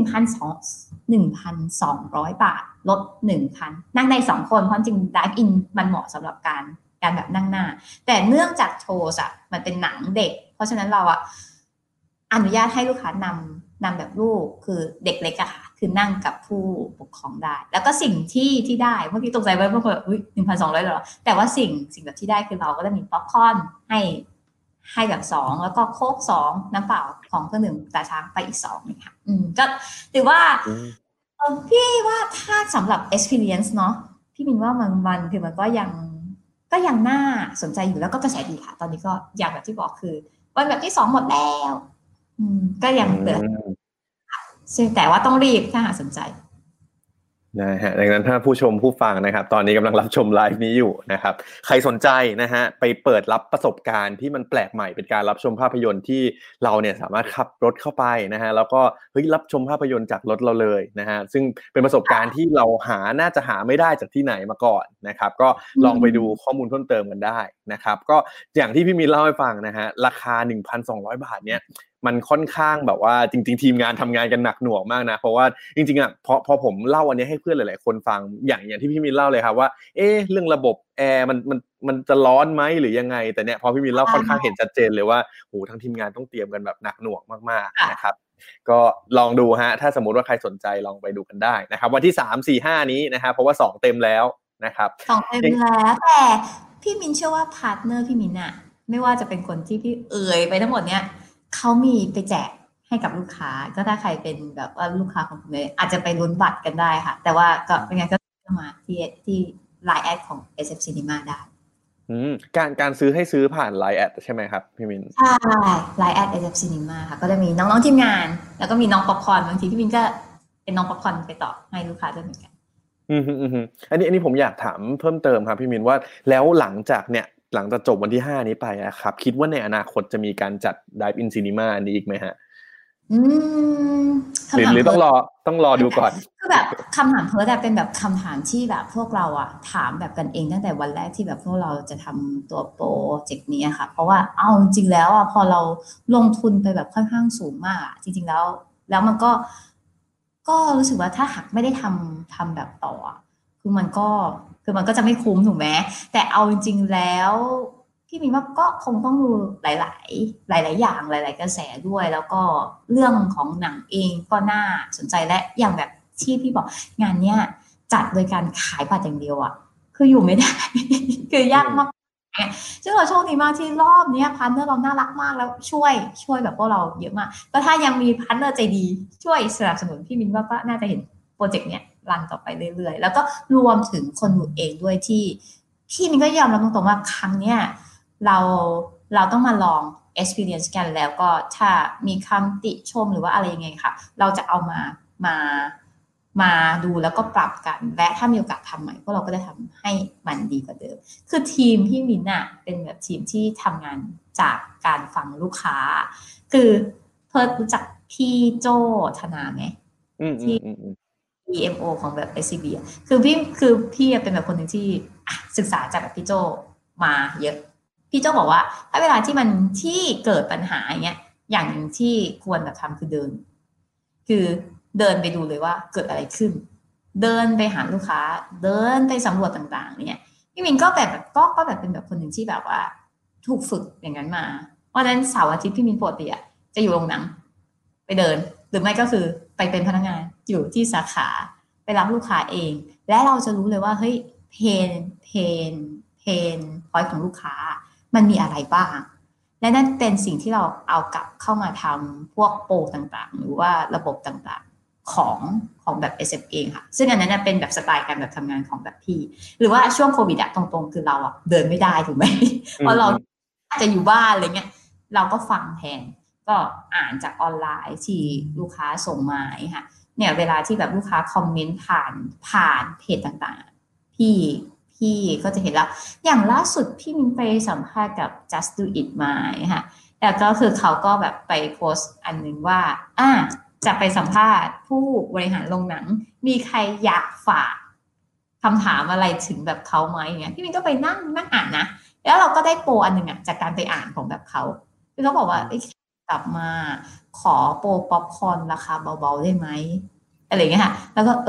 1,200 บาทลด1คันนั่งได้2คนเพราะจริง Drive In มันเหมาะสำหรับการแบบนั่งหน้าแต่เนื่องจากโชว์มันเป็นหนังเด็กเพราะฉะนั้นเราอนุญาตให้ลูกค้านำแบบลูกคือเด็กเล็กอะค่ะคือนั่งกับผู้ปกครองได้แล้วก็สิ่งที่ได้เมื่อกี้ตกใจไว้บางคนอุ้ย 1,200 เหรอแต่ว่าสิ่งแบบที่ได้คือเราก็จะมีป๊อปคอร์นให้แบบ2แล้วก็โค้ก2น้ำเปล่าของเครื่องดื่มตาช้างไปอีก2นะคะก็ถือว่าพี่ว่าถ้าสำหรับ experience เนาะพี่มินว่ามันคือมันก็ยังน่าสนใจอยู่แล้วก็กระแสดีค่ะตอนนี้ก็อย่างแบบที่บอกคือวันแบบที่2หมดแล้วก็ยังเหลือแต่ว่าต้องรีบถ้าหากสนใจนะฮะดังนั้นถ้าผู้ชมผู้ฟังนะครับตอนนี้กำลังรับชมไลฟ์นี้อยู่นะครับใครสนใจนะฮะไปเปิดรับประสบการณ์ที่มันแปลกใหม่เป็นการรับชมภาพยนตร์ที่เราเนี่ยสามารถขับรถเข้าไปนะฮะแล้วก็รับชมภาพยนตร์จากรถเราเลยนะฮะซึ่งเป็นประสบการณ์ที่เราน่าจะหาไม่ได้จากที่ไหนมาก่อนนะครับก็ลองไปดูข้อมูลเพิ่มเติมกันได้นะครับก็อย่างที่พี่มีเล่าให้ฟังนะฮะราคา 1,200 บาทเนี่ยมันค่อนข้างแบบว่าจริงๆทีมงานทำงานกันหนักหน่วงมากนะเพราะว่าจริงๆพอผมเล่าอันนี้ให้เพื่อนหลายๆคนฟังอย่างที่พี่มินเล่าเลยครับว่าเรื่องระบบแอร์มันจะร้อนไหมหรือยังไงแต่เนี่ยพอพี่มินเล่าค่อนข้างเห็นชัดเจนเลยว่าโหทั้งทีมงานต้องเตรียมกันแบบหนักหน่วงมากๆนะครับก็ลองดูฮะถ้าสมมุติว่าใครสนใจลองไปดูกันได้นะครับวันที่3 4 5นี้นะครับเพราะว่า2เต็มแล้วนะครับ 2เต็มแล้วแต่พี่มินเชื่อว่าพาร์ทเนอร์พี่มินน่ะไม่ว่าจะเป็นคนที่พี่ไปทั้งหมดเนี้ยเขามีไปแจกให้กับลูกค้าก็ถ้าใครเป็นแบบว่าลูกค้าของผมเลยอาจจะไปลุ้นบัตรกันได้ค่ะแต่ว่าก็เป็นไงก็มาที่ Line แอดของ SF Cinema ได้การซื้อผ่าน Line แอดใช่ไหมครับพี่มินใช่ Line แอด SF Cinema ค่ะก็จะมีน้องๆทีมงานแล้วก็มีน้องป๊อปคอร์นบางทีพี่มินก็เป็นน้องป๊อปคอร์นไปต่อให้ลูกค้าด้วยเหมือนกันอันนี้ผมอยากถามเพิ่มเติมครับพี่มินว่าแล้วหลังจากจบวันที่5นี้ไปครับคิดว่าในอนาคตจะมีการจัด Drive In Cinema อันนี้อีกไหมฮะหรือต้องรอดูก่อนคือแบบคำถามเพิร์ทเป็นแบบคำถามที่แบบพวกเราถามแบบกันเองตั้งแต่วันแรกที่แบบพวกเราจะทำตัวโปรเจกต์นี้ค่ะเพราะว่าเอาจริงแล้วพอเราลงทุนไปแบบค่อนข้างสูงมากจริงๆแล้วมันก็รู้สึกว่าถ้าหากไม่ได้ทำแบบต่อคือมันก็จะไม่คุ้มถูกไหมแต่เอาจริงๆแล้วพี่มินว่าก็คงต้องดูหลายอย่างหลายๆกระแสด้วยแล้วก็เรื่องของหนังเองก็น่าสนใจและอย่างแบบที่พี่บอกงานเนี้ยจัดโดยการขายบัตรอย่างเดียวคืออยู่ไม่ได้ คือยากมากซึ่งเราโชคดีมากที่รอบนี้พาร์ทเนอร์เราน่ารักมากแล้วช่วยแบบพวกเราเยอะมากก็ถ้ายังมีพาร์ทเนอร์ใจดีช่วยสนับสนุนพี่มินว่าก็น่าจะเห็นโปรเจกต์เนี้ยรันต่อไปเรื่อยๆแล้วก็รวมถึงคนดูเองด้วยที่พี่มินก็ยอมรับตรงๆว่าครั้งเนี้ยเราต้องมาลอง experience กันแล้วก็ถ้ามีคำติชมหรือว่าอะไรยังไงค่ะเราจะเอามาดูแล้วก็ปรับกันและถ้ามีโอกาสทำใหม่พวกเราก็จะทำให้มันดีกว่าเดิมคือทีมพี่มินเป็นแบบทีมที่ทำงานจากการฟังลูกค้าคือเพิร์ทรู้จักพี่โจธนาไหมที่ EMO ของแบบ SCB คือพี่เป็นแบบคนหนึ่งที่ศึกษาจากแบบพี่โจมาเยอะพี่โจบอกว่าถ้าเวลาที่เกิดปัญหาอย่างเงี้ยอย่างนึงที่ควรแบบทำคือเดินไปดูเลยว่าเกิดอะไรขึ้นเดินไปหาลูกค้าเดินไปสำรวจต่างๆเนี่ยพี่มินก็แบบเป็นแบบคนหนึ่งที่แบบว่าถูกฝึกอย่างนั้นมาเพราะฉะนั้นเสาร์อาทิตย์พี่มินปกติจะอยู่โรงหนังไปเดินหรือไม่ก็คือไปเป็นพนักงานอยู่ที่สาขาไปรับลูกค้าเองและเราจะรู้เลยว่าเฮ้ยเพนพอยต์ของลูกค้ามันมีอะไรบ้างและนั่นเป็นสิ่งที่เราเอากลับเข้ามาทำพวกโปรต่างๆหรือว่าระบบต่างๆของของแบบ SF เองค่ะซึ่งอันนั้นเป็นแบบสไตล์การแบบทำงานของแบบพี่หรือว่าช่วงโควิดตรงๆคือเราเดินไม่ได้ถูกไหมเพราะเราจะอยู่บ้านอะไรเงี้ยเราก็ฟังแทนก็อ่านจากออนไลน์ที่ลูกค้าส่งมาค่ะเนี่ยเวลาที่แบบลูกค้าคอมเมนต์ผ่านเพจต่างๆพี่ก็จะเห็นแล้วอย่างล่าสุดพี่มินไปสัมภาษณ์กับ Just Do It มาค่ะแต่ก็คือเขาก็แบบไปโพสต์อันนึงว่าจะไปสัมภาษณ์ผู้บริหารโรงหนังมีใครอยากฝากคำถามอะไรถึงแบบเขาไหมอย่างเงี้ยพี่มินก็ไปนั่งอ่านนะแล้วเราก็ได้โปรอันหนึ่งจากการไปอ่านของแบบเขาคือเขาบอกว่ากลับมาขอโปรป๊อปคอร์นราคาเบาๆได้ไหมอะไรอย่างเงี้ยค่ะแล้วก็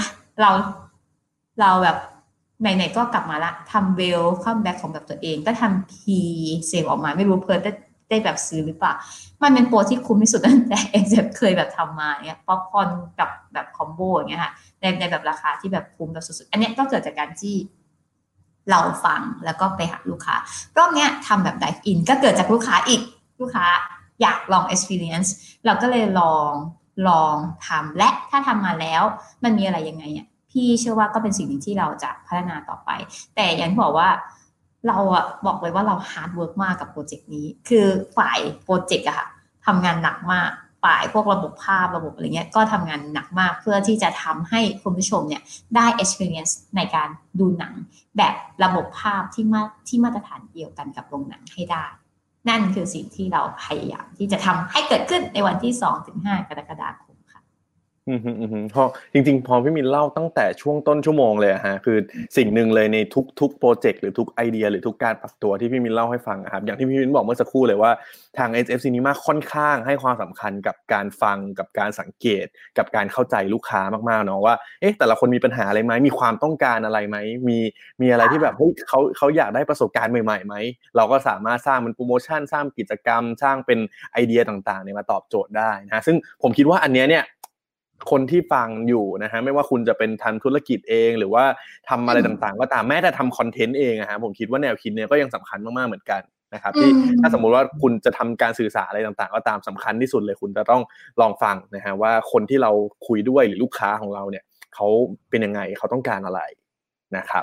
เราแบบไหนๆก็กลับมาละทำเวลคัมแบ็กของแบบตัวเองก็ทำพีเซลออกมาไม่รู้เพิร์ดได้แบบซื้อหรือเปล่ามันเป็นโปรที่คุ้มที่สุดตั้งแต่เคยแบบทำมาเนี่ยป๊อปคอร์นกับแบบคอมโบอย่างเงี้ยค่ะในแบบราคาที่แบบคุ้มแบบสุดๆอันนี้ก็เกิดจากการที่เราฟังแล้วก็ไปหาลูกค้ารอบเนี้ยทำแบบ dive in ก็เกิดจากลูกค้าอยากลอง experience เราก็เลยลองทำและถ้าทำมาแล้วมันมีอะไรยังไงเนี่ยพี่เชื่อว่าก็เป็นสิ่งที่เราจะพัฒนาต่อไปแต่อย่างที่บอกว่าเราบอกเลยว่าเราฮาร์ดเวิร์กมากกับโปรเจกต์นี้คือฝ่ายโปรเจกต์ค่ะทำงานหนักมากฝ่ายพวกระบบภาพระบบอะไรเงี้ยก็ทำงานหนักมากเพื่อที่จะทำให้คุณผู้ชมเนี่ยได้ experience ในการดูหนังแบบระบบภาพที่มาตรฐานเดียวกันกับโรงหนังให้ได้นั่นคือสิ่งที่เราพยายามที่จะทำให้เกิดขึ้นในวันที่ 2-5 กรกฎาคมค่ะพอจริงๆพอพี่มินเล่าตั้งแต่ช่วงต้นชั่วโมงเลยฮะคือสิ่งหนึ่งเลยในทุกโปรเจกต์หรือทุกไอเดียหรือทุกการปรับตัวที่พี่มินเล่าให้ฟังครับอย่างที่พี่มินบอกเมื่อสักครู่เลยว่าทาง SF Cinema ค่อนข้างให้ความสำคัญกับการฟังกับการสังเกตกับการเข้าใจลูกค้ามากๆเนาะว่าแต่ละคนมีปัญหาอะไรไหมมีความต้องการอะไรไหมมีอะไรที่แบบเฮ้ยเขาอยากได้ประสบการณ์ใหม่ๆไหมเราก็สามารถสร้างมันโปรโมชั่นสร้างกิจกรรมสร้างเป็นไอเดียต่างๆเนี่ยมาตอบโจทย์ได้นะซึ่งผมคิดว่าอันเนี้ยเนี่ยคนที่ฟังอยู่นะฮะไม่ว่าคุณจะเป็นทำธุรกิจเองหรือว่าทำอะไรต่างๆก็ตามแม้แต่ทำคอนเทนต์เองอะฮะผมคิดว่าแนวคิดเนี้ยก็ยังสำคัญมากๆเหมือนกันนะครับที่ถ้าสมมุติว่าคุณจะทำการสื่อสารอะไรต่างๆก็ตามสำคัญที่สุดเลยคุณจะต้องลองฟังนะฮะว่าคนที่เราคุยด้วยหรือลูกค้าของเราเนี่ยเขาเป็นยังไงเขาต้องการอะไรนะครับ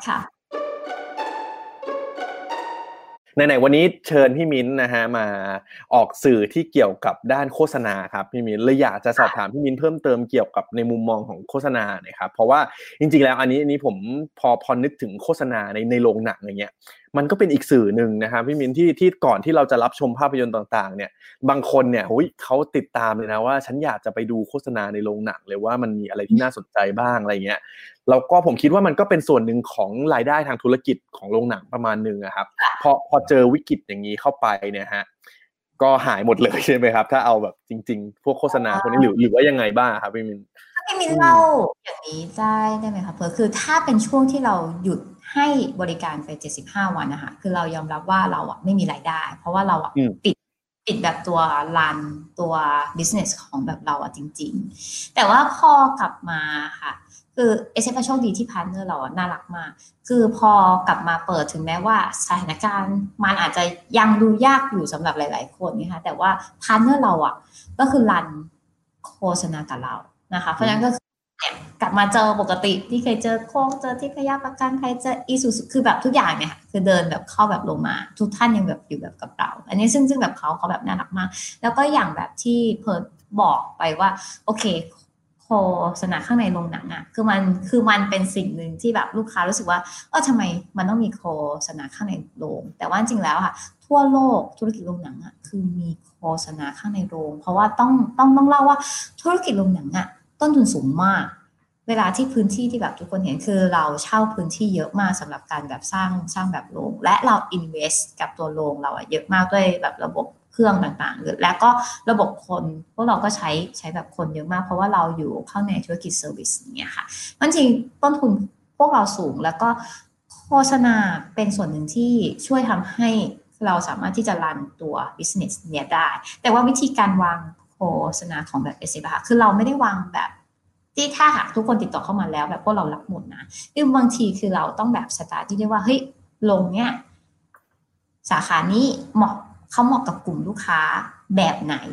ไหนๆวันนี้เชิญพี่มิ้นนะฮะมาออกสื่อที่เกี่ยวกับด้านโฆษณาครับพี่มิ้นเลยอยากจะสอบถามพี่มิ้นเพิ่มเติมเกี่ยวกับในมุมมองของโฆษณาหน่อยครับเพราะว่าจริงๆแล้วอันนี้ผมพอนึกถึงโฆษณาในโรงหนังอย่างเงี้ยมันก็เป็นอีกสื่อหนึ่งนะครับพี่มิ้นที่ก่อนที่เราจะรับชมภาพยนตร์ต่างๆเนี่ยบางคนเนี่ยเขาติดตามเลยนะว่าฉันอยากจะไปดูโฆษณาในโรงหนังเลยว่ามันมีอะไรที่น่าสนใจบ้างอะไรเงี้ยแล้วก็ผมคิดว่ามันก็เป็นส่วนหนึ่งของรายได้ทางธุรกิจของโรงหนังประมาณนึงอะครับพอเจอวิกฤตอย่างนี้เข้าไปเนี่ยฮะก็หายหมดเลยใช่ไหมครับถ้าเอาแบบจริงๆพวกโฆษณาพวกนี้หรือว่ายังไงบ้างครับพี่มินพี่มินเล่าอย่างนี้ได้ไหมคะคือถ้าเป็นช่วงที่เราหยุดให้บริการไป75 วันนะคะคือเรายอมรับว่าเราไม่มีรายได้เพราะว่าเราปิดแบบตัวรันตัว business ของแบบเราจริงๆแต่ว่าพอกลับมาค่ะคือSF โชคดีที่พาร์ทเนอร์เราน่ารักมากคือพอกลับมาเปิดถึงแม้ว่าสถานการณ์มันอาจจะยังดูยากอยู่สำหรับหลายๆคนนะคะแต่ว่าพาร์ทเนอร์เราก็คือรันโฆษณากับเรานะคะเพราะฉะนั้นก็กลับมาเจอปกติที่เคยเจอโค้งเจอที่ขยะประกันใครเจออีซูคือแบบทุกอย่างเนี่ยคือเดินแบบเข้าแบบลงมาทุกท่านยังแบบอยู่แบบกับเราอันนี้ซึ่งแบบเขาแบบน่ารักมากแล้วก็อย่างแบบที่เพิร์ดบอกไปว่าโอเคโฆษณาข้างในโรงหนังคือมันเป็นสิ่งหนึ่งที่แบบลูกค้ารู้สึกว่าทำไมมันต้องมีโฆษณาข้างในโรงแต่ว่าจริงแล้วค่ะทั่วโลกธุรกิจโรงหนังคือมีโฆษณาข้างในโรงเพราะว่าต้องเล่าว่าธุรกิจโรงหนังต้นทุนสูงมากเวลาที่พื้นที่ที่แบบทุกคนเห็นคือเราเช่าพื้นที่เยอะมากสำหรับการแบบสร้างแบบโรงและเรา invest กับตัวโรงเราเยอะมากด้วยแบบระบบเครื่องต่างๆแล้วก็ระบบคนพวกเราก็ใช้แบบคนเยอะมากเพราะว่าเราอยู่เข้าในธุรกิจเซอร์วิสอย่างเงี้ยค่ะมันจริงต้นทุนพวกเราสูงแล้วก็โฆษณาเป็นส่วนหนึ่งที่ช่วยทำให้เราสามารถที่จะรันตัว business เนี่ยได้แต่ว่าวิธีการวางโฆษณาของแบบ SF คือเราไม่ได้วางแบบที่ถ้าหากทุกคนติดต่อเข้ามาแล้วแบบพวกเรารับหมดนะคือบางทีคือเราต้องแบบสตาร์ทที่ได้ว่าเฮ้ยลงเนี่ยสาขานี้เขาเหมาะกับกลุ่มลูกค้าแบบไหน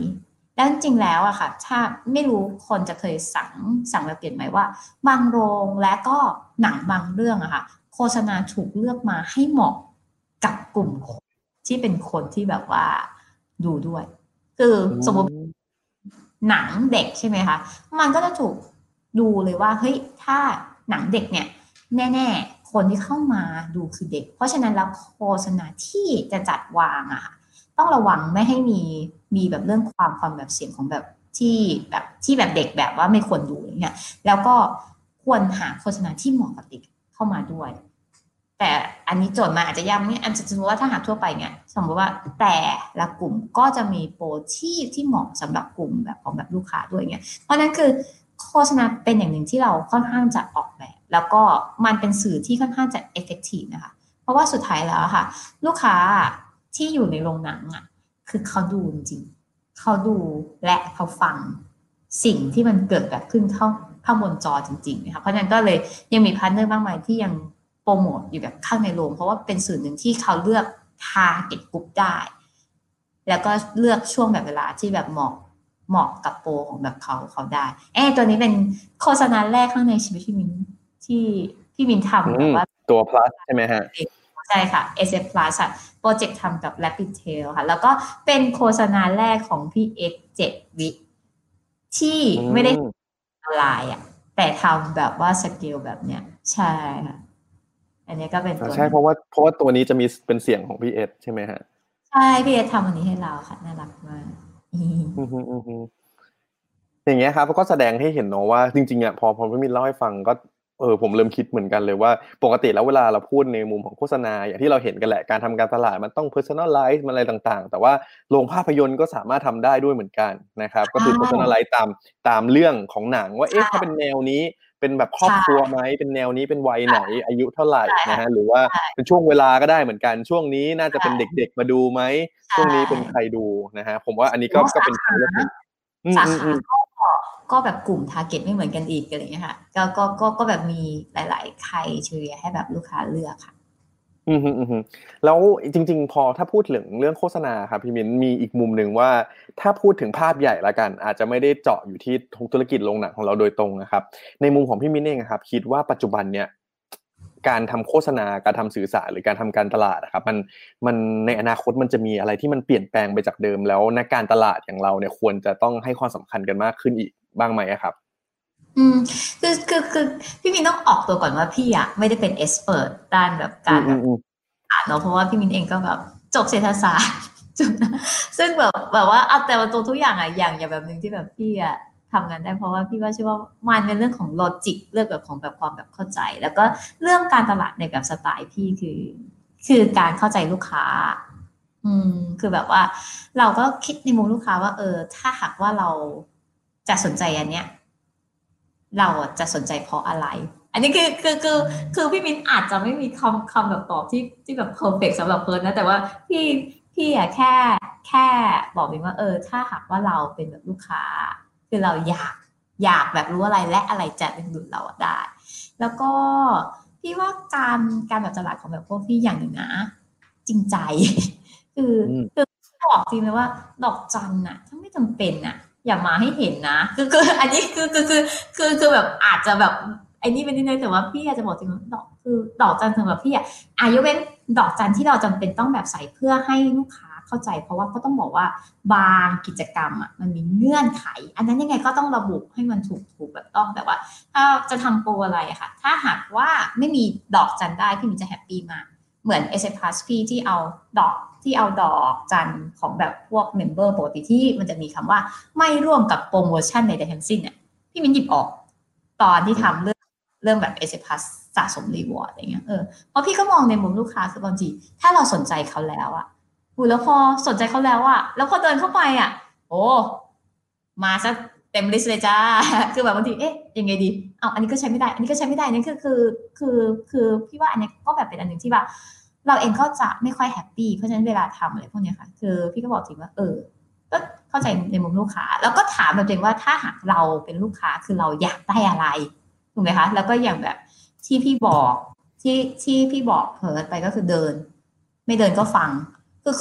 แล้วจริงๆแล้วอะค่ะถ้าไม่รู้คนจะเคยสั่งแบบเปลี่ยนไหมว่าบางโรงและก็หนังบางเรื่องอะค่ะโฆษณาถูกเลือกมาให้เหมาะกับกลุ่มคนที่เป็นคนที่แบบว่าดูด้วยคืออืสมมติมหนังเด็กใช่ไหมคะมันก็จะถูกดูเลยว่าเฮ้ยถ้าหนังเด็กเนี่ยแน่ๆคนที่เข้ามาดูคือเด็กเพราะฉะนั้นแล้วโฆษณาที่จะจัดวางอะค่ะ ต้องระวังไม่ให้มีแบบเรื่องความแบบเสียงของแบบที่แบบเด็กแบบว่าไม่ควรดูอย่างเงี้ยแล้วก็ควรหาโฆษณาที่เหมาะกับเด็กเข้ามาด้วยแต่อันนี้โจทย์มาอาจจะยากเนี่ยอันจะสมมติว่าถ้าหาทั่วไปเนี่ยสมมติว่าแต่ละกลุ่มก็จะมีโปรที่เหมาะสำหรับกลุ่มแบบของแบบลูกค้าด้วยเงี้ยเพราะนั้นคือโฆษณาเป็นอย่างหนึ่งที่เราค่อนข้างจะออกแบบแล้วก็มันเป็นสื่อที่ค่อนข้างจะ effective นะคะเพราะว่าสุดท้ายแล้วค่ะลูกค้าที่อยู่ในโรงหนังอ่ะคือเขาดูจริงๆเขาดูและเขาฟังสิ่งที่มันเกิดแบบขึ้นเข้าบนจอจริงๆนะคะเพราะฉะนั้นก็เลยยังมีพาร์ทเนอร์มากมายที่ยังโปรโมทอยู่แบบข้างในโรงเพราะว่าเป็นสื่อหนึ่งที่เขาเลือกtarget group ได้แล้วก็เลือกช่วงแบบเวลาที่แบบเหมาะกับโปรของแบบเขาได้ตัวนี้เป็นโฆษณาแรกข้างในชีวิตพี่มินที่พี่มินทำแบบว่าตัว plus ใช่ไหมฮะใช่ค่ะ SF Plus ค่ะโปรเจกต์ทำกับ Rapid Tail ค่ะแล้วก็เป็นโฆษณาแรกของพี่เอ็ก7 วิที่ไม่ได้ออนไลน์อ่ะแต่ทำแบบว่าสเกลแบบเนี้ยใช่ค่ะอันนี้ก็เป็นตัวใช่หนึ่งเพราะว่าตัวนี้จะมีเป็นเสียงของพี่เอสใช่ไหมฮะใช่พี่เอ็กทำอันนี้ให้เราค่ะน่ารักมากอือฮึอือฮึอย่างเงี้ยครับก็แสดงให้เห็นเนาะว่าจริงๆอ่ะพอพี่มินเล่าให้ฟังก็ผมเริ่มคิดเหมือนกันเลยว่าปกติแล้วเวลาเราพูดในมุมของโฆษณาอย่างที่เราเห็นกันแหละการทำการตลาดมันต้อง personalize มันอะไรต่างๆแต่ว่าโรงภาพยนตร์ก็สามารถทำได้ด้วยเหมือนกันนะครับก็คือใช่ personalize ตามเรื่องของหนังว่าเอ๊ะถ้าใช่เป็นแนวนี้เป็นแบบครอบครัวใช่ไหมเป็นแนวนี้เป็นวัยไหนอายุเท่าไหร่ใช่นะค่ะฮะหรือว่าใช่เป็นช่วงเวลาก็ได้เหมือนกันช่วงนี้น่าจะเป็นเด็กๆมาดูไหมใชช่วงนี้เป็นใคร่ดูนะฮะผมว่าอันนี้แล้วก็เป็นทางเลือกหนึ่งอืสาขามๆๆก็แบบกลุ่ม target ไม่เหมือนกันอีกอะไรอย่างเงี้ยค่ะก็แบบมีหลายๆใครเฉลี่ยให้แบบลูกค้าเลือกค่ะอือฮึอือฮึแล้วจริงๆพอถ้าพูดถึงเรื่องโฆษณาครับพี่มิ้นมีอีกมุมหนึ่งว่าถ้าพูดถึงภาพใหญ่ละกันอาจจะไม่ได้เจาะอยู่ที่ธุรกิจโรงหนังของเราโดยตรงนะครับในมุมของพี่มิ้นเองครับคิดว่าปัจจุบันเนี่ยการทำโฆษณาการทำสื่อสารหรือการทำการตลาดนะครับมันในอนาคตมันจะมีอะไรที่มันเปลี่ยนแปลงไปจากเดิมแล้วนักการตลาดอย่างเราเนี่ยควรจะต้องให้ความสำคัญกันมากขึ้นอีกบ้างไหมครับอืมคือพี่มินต้องออกตัวก่อนว่าพี่อ่ะไม่ได้เป็นเอ็กซ์เพิร์ด้านแบบอืการแบบมอืมอืมอ่านเนาะเพราะว่าพี่มินเองก็แบบจบเศรษฐศาสตร์จบซึ่งแบบว่าเอาแต่ว่าตัวทุกอย่างอ่ะอย่างแบบหนึ่งที่แบบพี่อ่ะทำงานได้เพราะว่าพี่ว่าเชื่อว่ามันเป็นเรื่องของโลจิกเรื่องแบบของแบบความแบบเข้าใจแล้วก็เรื่องการตลาดในแบบสไตล์พี่คือการเข้าใจลูกค้าอืมคือแบบว่าเราก็คิดในมุมลูกค้าว่าถ้าหากว่าเราจะสนใจอันเนี้ย เราจะสนใจเพราะอะไร อันนี้คือพี่มิ้นอาจจะไม่มีคำแบบตอบที่แบบเพอร์เฟกสำหรับเพิร์นนะแต่ว่าพี่พี่อะแค่บอกมิ้นว่าถ้าหากว่าเราเป็นแบบลูกค้าคือเราอยากแบบรู้อะไรและอะไรจะดึงดูดเราได้ แล้วก็พี่ว่าการแบบตลาดของแบบพวกพี่อย่างหนึ่งนะจริงใจคืออืมคือบอกจริงเลยว่าดอกจันน่ะถ้าไม่จำเป็นน่ะอย่ามาให้เห็นนะคืออันนี้คือแบบอาจจะแบบไอ้นี่เป็นนิดนึงแต่ว่าพี่อยากจะบอกจริงว่าดอกจันสำหรับพี่ยกเว้นดอกจันที่เราจำเป็นต้องแบบใส่เพื่อให้ลูกค้าเข้าใจเพราะว่าก็ต้องบอกว่าบางกิจกรรมอ่ะมันมีเงื่อนไขอันนั้นยังไงก็ต้องระบุให้มันถูกแบบต้องแต่ว่า ถ้าจะทำโปรอะไรอะค่ะถ้าหากว่าไม่มีดอกจันได้พี่มินจะแฮปปี้มากเหมือน s อ Plus พี่ที่เอาดอกจันของแบบพวกเมมเบอร์ปกติที่มันจะมีคำว่าไม่ร่วมกับโปรโมชั่นในใดทั้งสิ้นเนี่ยพี่มินหยิบออกตอนที่ทำเรื่องแบบ s อ Plus สะสมรีวอร์ดอะไรเงี้ยเพราะพี่ก็มองในมุมลูกค้าคือบางทีถ้าเราสนใจเขาแล้วอะแล้วพอสนใจเขาแล้วอะแล้วพอเดินเข้าไปอะโอ้มาซะเต็มลิสต์เลยจ้าคือแบบบางทียังไงดีเอาอันนี้ก็ใช้ไม่ได้อันนี้ก็ใช้ไม่ได้นี่คือพี่ว่าอันนี้ก็แบบเป็นอันหนึ่งที่ว่าเราเองก็จะไม่ค่อยแฮปปี้เพราะฉะนั้นเวลาทำอะไรพวกนี้ค่ะคือพี่ก็บอกทีว่าก็เข้าใจในมุมลูกค้าแล้วก็ถามแบบตัวเองว่าถ้าหากเราเป็นลูกค้าคือเราอยากได้อะไรถูกไหมคะแล้วก็อย่างแบบที่พี่บอกที่พี่บอกเพิร์ดไปก็คือเดินไม่เดินก็ฟังคือก็ต้อง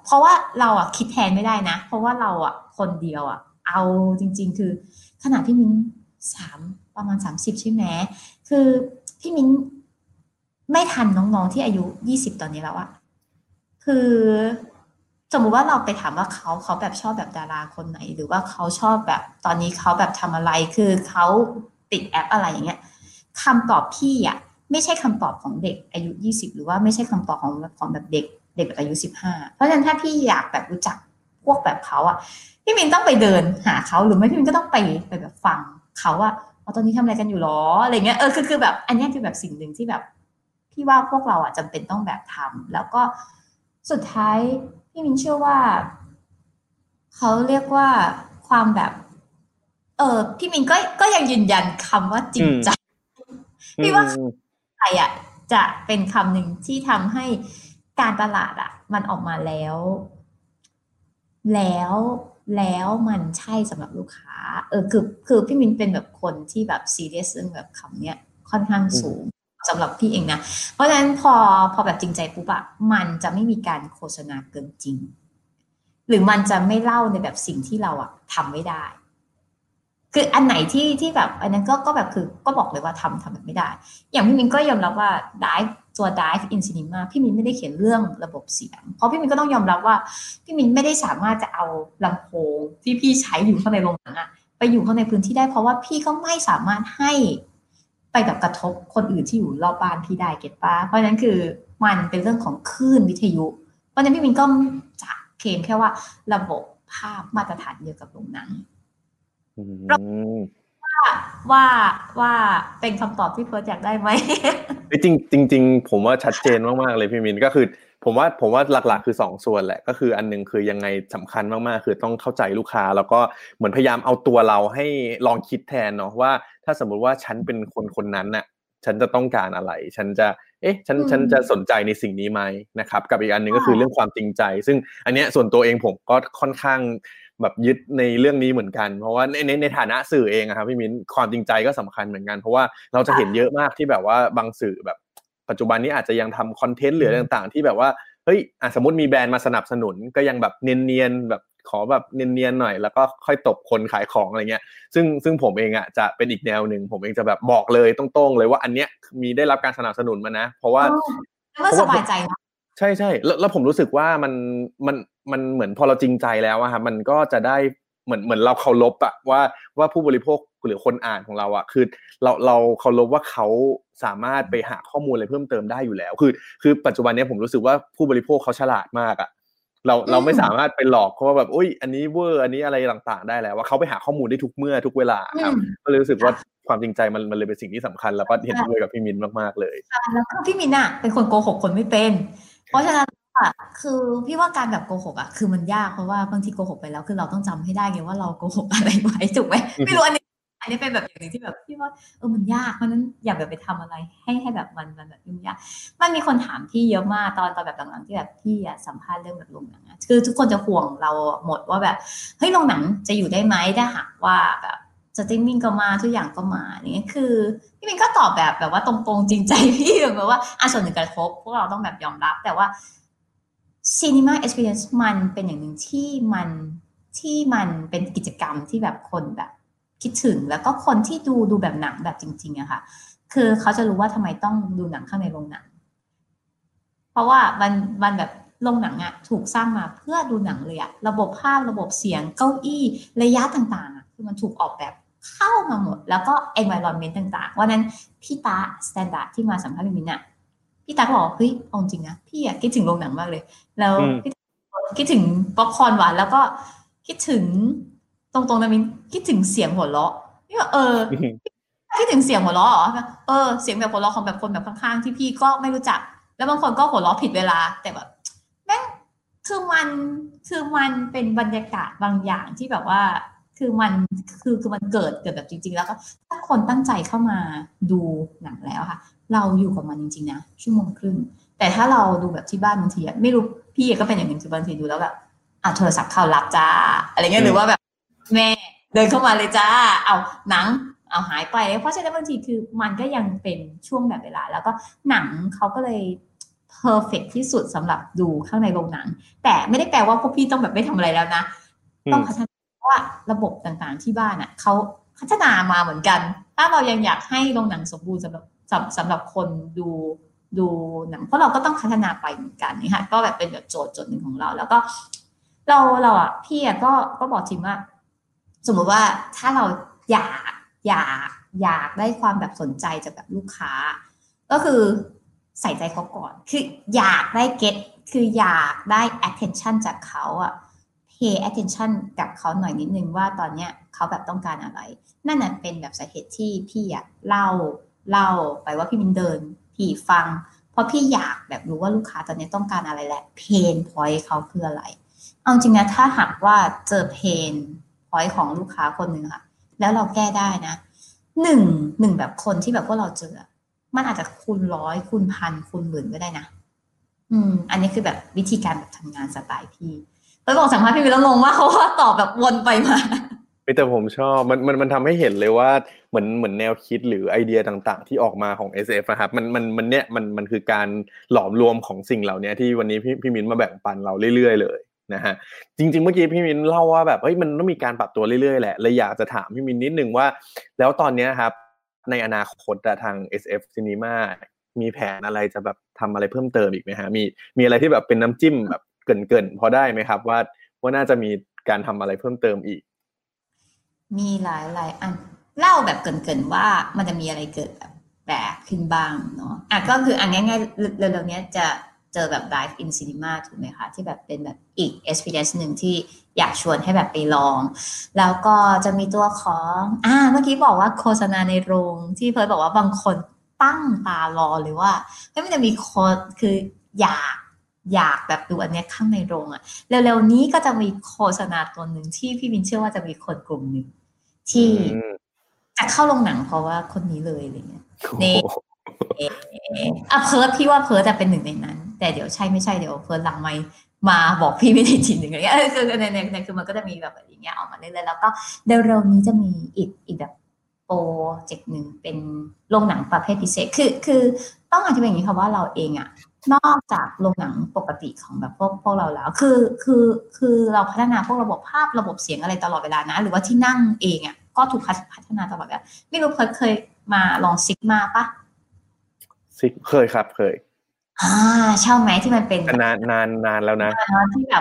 เพราะว่าเราอ่ะคิดแทนไม่ได้นะเพราะว่าเราอ่ะคนเดียวอ่ะเอาจริงๆคือขนาดพี่มิ้นประมาณ30ใช่ไหมคือพี่มิ้นไม่ทันน้องๆที่อายุ20ตอนนี้แล้วอะคือสมมุติว่าเราไปถามว่าเขาแบบชอบแบบดาราคนไหนหรือว่าเขาชอบแบบตอนนี้เขาแบบทำอะไรคือเขาติดแอปอะไรอย่างเงี้ยคำตอบพี่อะไม่ใช่คำตอบของเด็กอายุ20หรือว่าไม่ใช่คำตอบของแบบเด็กแบบอายุ15เพราะฉะนั้นถ้าพี่อยากแบบรู้จักพวกแบบเขาอะพี่มินต้องไปเดินหาเขาหรือไม่พี่มินก็ต้องไปแบบฟังเขาว่าตอนนี้ทำอะไรกันอยู่หรออะไรเงี้ยคือแบบอันนี้คือแบบสิ่งหนึ่งที่แบบพี่ว่าพวกเราอ่ะจำเป็นต้องแบบทำแล้วก็สุดท้ายพี่มินเชื่อว่าเขาเรียกว่าความแบบพี่มินก็ยังยืนยันคำว่าจริงใจพี่ว่าใจอ่ะจะเป็นคำหนึ่งที่ทำให้การตลาดอ่ะมันออกมาแล้วมันใช่สำหรับลูกค้าคือพี่มินเป็นแบบคนที่แบบซีเรียสเรื่องแบบคำเนี้ยค่อนข้างสูงสำหรับพี่เองนะเพราะฉะนั้นพอแบบจริงใจปุ๊บอะมันจะไม่มีการโฆษณาเกินจริงหรือมันจะไม่เล่าในแบบสิ่งที่เราอะทำไม่ได้คืออันไหนที่แบบอันนั้นก็แบบคือก็บอกเลยว่าทำแบบไม่ได้อย่างพี่มินก็ยอมรับว่าตัว Dive in Cinema พี่มินไม่ได้เขียนเรื่องระบบเสียงเพราะพี่มินก็ต้องยอมรับว่าพี่มินไม่ได้สามารถจะเอาลำโพงที่พี่ใช้อยู่ข้างในโรงหนังอะไปอยู่ข้างในพื้นที่ได้เพราะว่าพี่ก็ไม่สามารถให้ไปแบบกระทบคนอื่นที่อยู่รอบบ้านพี่ได้เก็ตป่ะเพราะฉะนั้นคือมันเป็นเรื่องของคลื่นวิทยุเพราะฉะนั้นพี่มินก็จะเคลมแค่ว่าระบบภาพมาตรฐานเดียวกับโรงหนังว่าเป็นคำตอบที่เพิร์ทอยากได้ไหมจริงผมว่าชัดเจนมากๆเลยพี่มินก็คือผมว่าหลักๆคือ2ส่วนแหละก็คืออันนึงคือยังไงสำคัญมากๆคือต้องเข้าใจลูกค้าแล้วก็เหมือนพยายามเอาตัวเราให้ลองคิดแทนเนาะว่าถ้าสมมุติว่าฉันเป็นคนนั้นน่ะฉันจะต้องการอะไรฉันจะสนใจในสิ่งนี้ไหมนะครับกับอีกอันนึงก็คือเรื่องความจริงใจซึ่งอันเนี้ยส่วนตัวเองผมก็ค่อนข้างแบบยึดในเรื่องนี้เหมือนกันเพราะว่าในฐานะสื่อเองอะครับพี่มิ้นความจริงใจก็สำคัญเหมือนกันเพราะว่าเราจะเห็นเยอะมากที่แบบว่าบางสื่อแบบปัจจุบันนี้อาจจะยังทำคอนเทนต์หรือต่างๆที่แบบว่าเฮ้ยสมมติมีแบรนด์มาสนับสนุนก็ยังแบบเนียนๆแบบขอแบบเนียนๆหน่อยแล้วก็ค่อยตบคนขายของอะไรเงี้ยซึ่งผมเองอะจะเป็นอีกแนวนึงผมเองจะแบบบอกเลยตรงๆเลยว่าอันเนี้ยมีได้รับการสนับสนุนมานะเพราะว่าสบายใจนะใช่ๆแล้วผมรู้สึกว่ามันเหมือนพอเราจริงใจแล้วอะครับมันก็จะได้เหมือนเราเคารพอะว่าผู้บริโภคหรือคนอ่านของเราอะคือเราเคารพว่าเขาสามารถไปหาข้อมูลอะไรเพิ่มเติมได้อยู่แล้วคือปัจจุบันนี้ผมรู้สึกว่าผู้บริโภคเขาฉลาดมากอะเราไม่สามารถไปหลอกเขาว่าแบบอุ๊ยอันนี้เวอร์อันนี้อะไรต่างๆได้แล้วว่าเขาไปหาข้อมูลได้ทุกเมื่อทุกเวลาครับก็เลยรู้สึกว่าความจริงใจมันเลยเป็นสิ่งที่สำคัญแล้วก็เห็นด้วยกับพี่มินมากๆเลยแล้วก็พี่มินอะเป็นคนโกหกคนไม่เป็นเพราะฉะนั้นอะคือพี่ว่าการแบบโกหกอะคือมันยากเพราะว่าบางทีโกหกไปแล้วคือเราต้องจำให้ได้ไงว่าเราโกหกอะไรไว้ถูกไหมไม่รู้อันนี้เป็นแบบอย่างหนึ่งที่แบบพี่ว่ามันยากเพราะนั้นอย่าแบบไปทำอะไรให้แบบมันแบบยุ่งยากมันมีคนถามพี่เยอะมากตอนแบบหลังๆที่แบบพี่อะสัมภาษณ์เรื่องแบบโรงหนังอะคือทุกคนจะห่วงเราหมดว่าแบบเฮ้ยโรงหนังจะอยู่ได้ไหมถ้าหากว่าแบบสตรีมมิ่งก็มาทุกอย่างก็มาเนี่ยคือพี่มินก็ตอบแบบว่าตรงๆจริงใจพี่แบบว่าส่วนหนึ่งกระทบพวกเราต้องแบบยอมรับแต่ว่า Cinema Experience มันเป็นอย่างหนึ่งที่มันเป็นกิจกรรมที่แบบคนแบบคิดถึงแล้วก็คนที่ดูแบบหนังแบบจริงๆอะค่ะคือเขาจะรู้ว่าทำไมต้องดูหนังข้างในโรงหนังเพราะว่ามันแบบโรงหนังอะถูกสร้างมาเพื่อดูหนังเลยอะระบบภาพระบบเสียงเก้าอี้ระยะต่างๆอะคือมันถูกออกแบบเข้ามาหมดแล้วก็ environment ต่างๆวันนั้นพี่ตา standard ที่มาสัมภาษณ์มินอะพี่ตาบอกเฮ้ยเอาจริงนะพี่อะคิดถึงโรงหนังมากเลยแล้วคิดถึงป๊อปคอร์นหวานแล้วก็คิดถึงตรงๆนะมินคิดถึงเสียงหัวเราะนี่ว่าคิดถึงเสียงหัวเราะเหรอเสียงแบบหัวเราะของแบบคนแบบข้างๆที่พี่ก็ไม่รู้จักแล้วบางคนก็หัวเราะผิดเวลาแต่แบบแม่งคือมันเป็นบรรยากาศบางอย่างที่แบบว่าคือมันเกิดแบบจริงๆแล้วก็ถ้าคนตั้งใจเข้ามาดูหนังแล้วค่ะเราอยู่กับมันจริงๆนะชั่วโมงครึ่งแต่ถ้าเราดูแบบที่บ้านบางทีไม่รู้พี่ก็เป็นอย่างหนึ่งคือบางทีดูแล้วแบบโทรศัพท์เข้ารับจ้าอะไรเงี้ยหรือว่าแบบแม่เดินเข้ามาเลยจ้าเอาหนังเอาหายไปเพราะฉะนั้นบางทีคือมันก็ยังเป็นช่วงแบบเวลาแล้วก็หนังเขาก็เลยเ perfect ที่สุดสำหรับดูข้างในโรงหนังแต่ไม่ได้แปลว่าพวกพี่ต้องแบบไม่ทำอะไรแล้วนะต้องพัฒนาเพราะว่าระบบต่างๆที่บ้านอ่ะเขาพัฒนามาเหมือนกันถ้าเรายังอยากให้โรงหนังสมบูรณ์สำหรับคนดูหนังเพราะเราก็ต้องพัฒนาไปเหมือนกันนี่ค่ะก็แบบเป็นแบบโจทย์หนึ่งของเราแล้วก็เราอ่ะพี่อ่ะก็บอกทีมว่าสมมติว่าถ้าเราอยากได้ความแบบสนใจจากแบบลูกค้าก็คือใส่ใจเขาก่อนคืออยากได้ get คืออยากได้ attention จากเขาอ่ะ pay attention กับเขาหน่อยนิดนึงว่าตอนเนี้ยเขาแบบต้องการอะไรนั่นน่ะเป็นแบบสาเหตุที่พี่อ่ะเล่าไปว่าพี่มินเดินพี่ฟังเพราะพี่อยากแบบรู้ว่าลูกค้าตอนนี้ต้องการอะไรแหละ pain point เขาคืออะไรเอาจริงนะถ้าหากว่าเจอ pain point ของลูกค้าคนหนึ่งค่ะแล้วเราแก้ได้นะหนึ่งแบบคนที่แบบพวกเราเจอมันอาจจะคูณร้อยคูณพันคูณหมื่นก็ได้นะอันนี้คือแบบวิธีการแบบทำงานสไตล์พี่ไปบอกสัมภาษณ์พี่วิลแล้วงงว่าเขาว่าตอบแบบวนไปมาแต่ผมชอบมันทำให้เห็นเลยว่าเหมือนแนวคิดหรือไอเดียต่างๆที่ออกมาของ SF นะครับมันคือการหลอมรวมของสิ่งเหล่านี้ที่วันนี้พี่มิ้นมาแบ่งปันเราเรื่อยๆเลยนะฮะจริงๆเมื่อกี้พี่มิ้นเล่าว่าแบบเฮ้ยมันต้องมีการปรับตัวเรื่อยๆแหละเลยอยากจะถามพี่มิ้นนิดนึงว่าแล้วตอนนี้ครับในอนาคตทาง SF Cinema มีแผนอะไรจะแบบทำอะไรเพิ่มเติมอีกไหมฮะมีอะไรที่แบบเป็นน้ำจิ้มแบบเกินพอได้ไหมครับว่าน่าจะมีการทำอะไรเพิ่มเติมอีกมีหลายอันเล่าแบบเกินๆว่ามันจะมีอะไรเกิดแบบขึ้นบ้างเนาะก็คืออันง่ายๆเร็วๆนี้จะเจอแบบ Drive in Cinema ถูกไหมคะที่แบบเป็นแบบอีก experience หนึ่งที่อยากชวนให้แบบไปลองแล้วก็จะมีตัวของเมื่อกี้บอกว่าโฆษณาในโรงที่เพิร์ทบอกว่าบางคนตั้งตารอหรือว่ามันจะมีคืออยากแบบดูอันเนี้ยข้างในโรงเร็วๆนี้ก็จะมีโฆษณาตัวหนึ่งที่พี่บินเชื่อว่าจะมีคนกลุ่มหนึ่งที่จะเข้าโรงหนังเพราะว่าคนนี้เลยอะไรเงี้ยนี่เพิร์ทพี่ว่าเพิร์ทจะเป็นหนึ่งในนั้นแต่เดี๋ยวใช่ไม่ใช่เดี๋ยวเพิร์ทหลังไมค์มาบอกพี่ไม่ได้ทีหนึ่งอะไรเงี้ยคือในคือมันก็จะมีแบบอย่างเงี้ยออกมาเรื่อยๆแล้วก็เร็วๆนี้จะมีอีกแบบโปรเจกต์หนึ่งเป็นโรงหนังประเภทพิเศษคือต้องอธิบายอย่างนี้ค่ะว่าเราเองนอกจากโรงหนังปกติของแบบพวกเราแล้วคือเราพัฒนาพวกระบบภาพระบบเสียงอะไรตลอดเวลานะหรือว่าที่นั่งเองก็ถูกพัฒนาตลอดเวลาไม่รู้เคยมาลองซิกมาปะเคยครับเคยเช่าไหมที่มันเป็นนานแล้วนะที่แบบ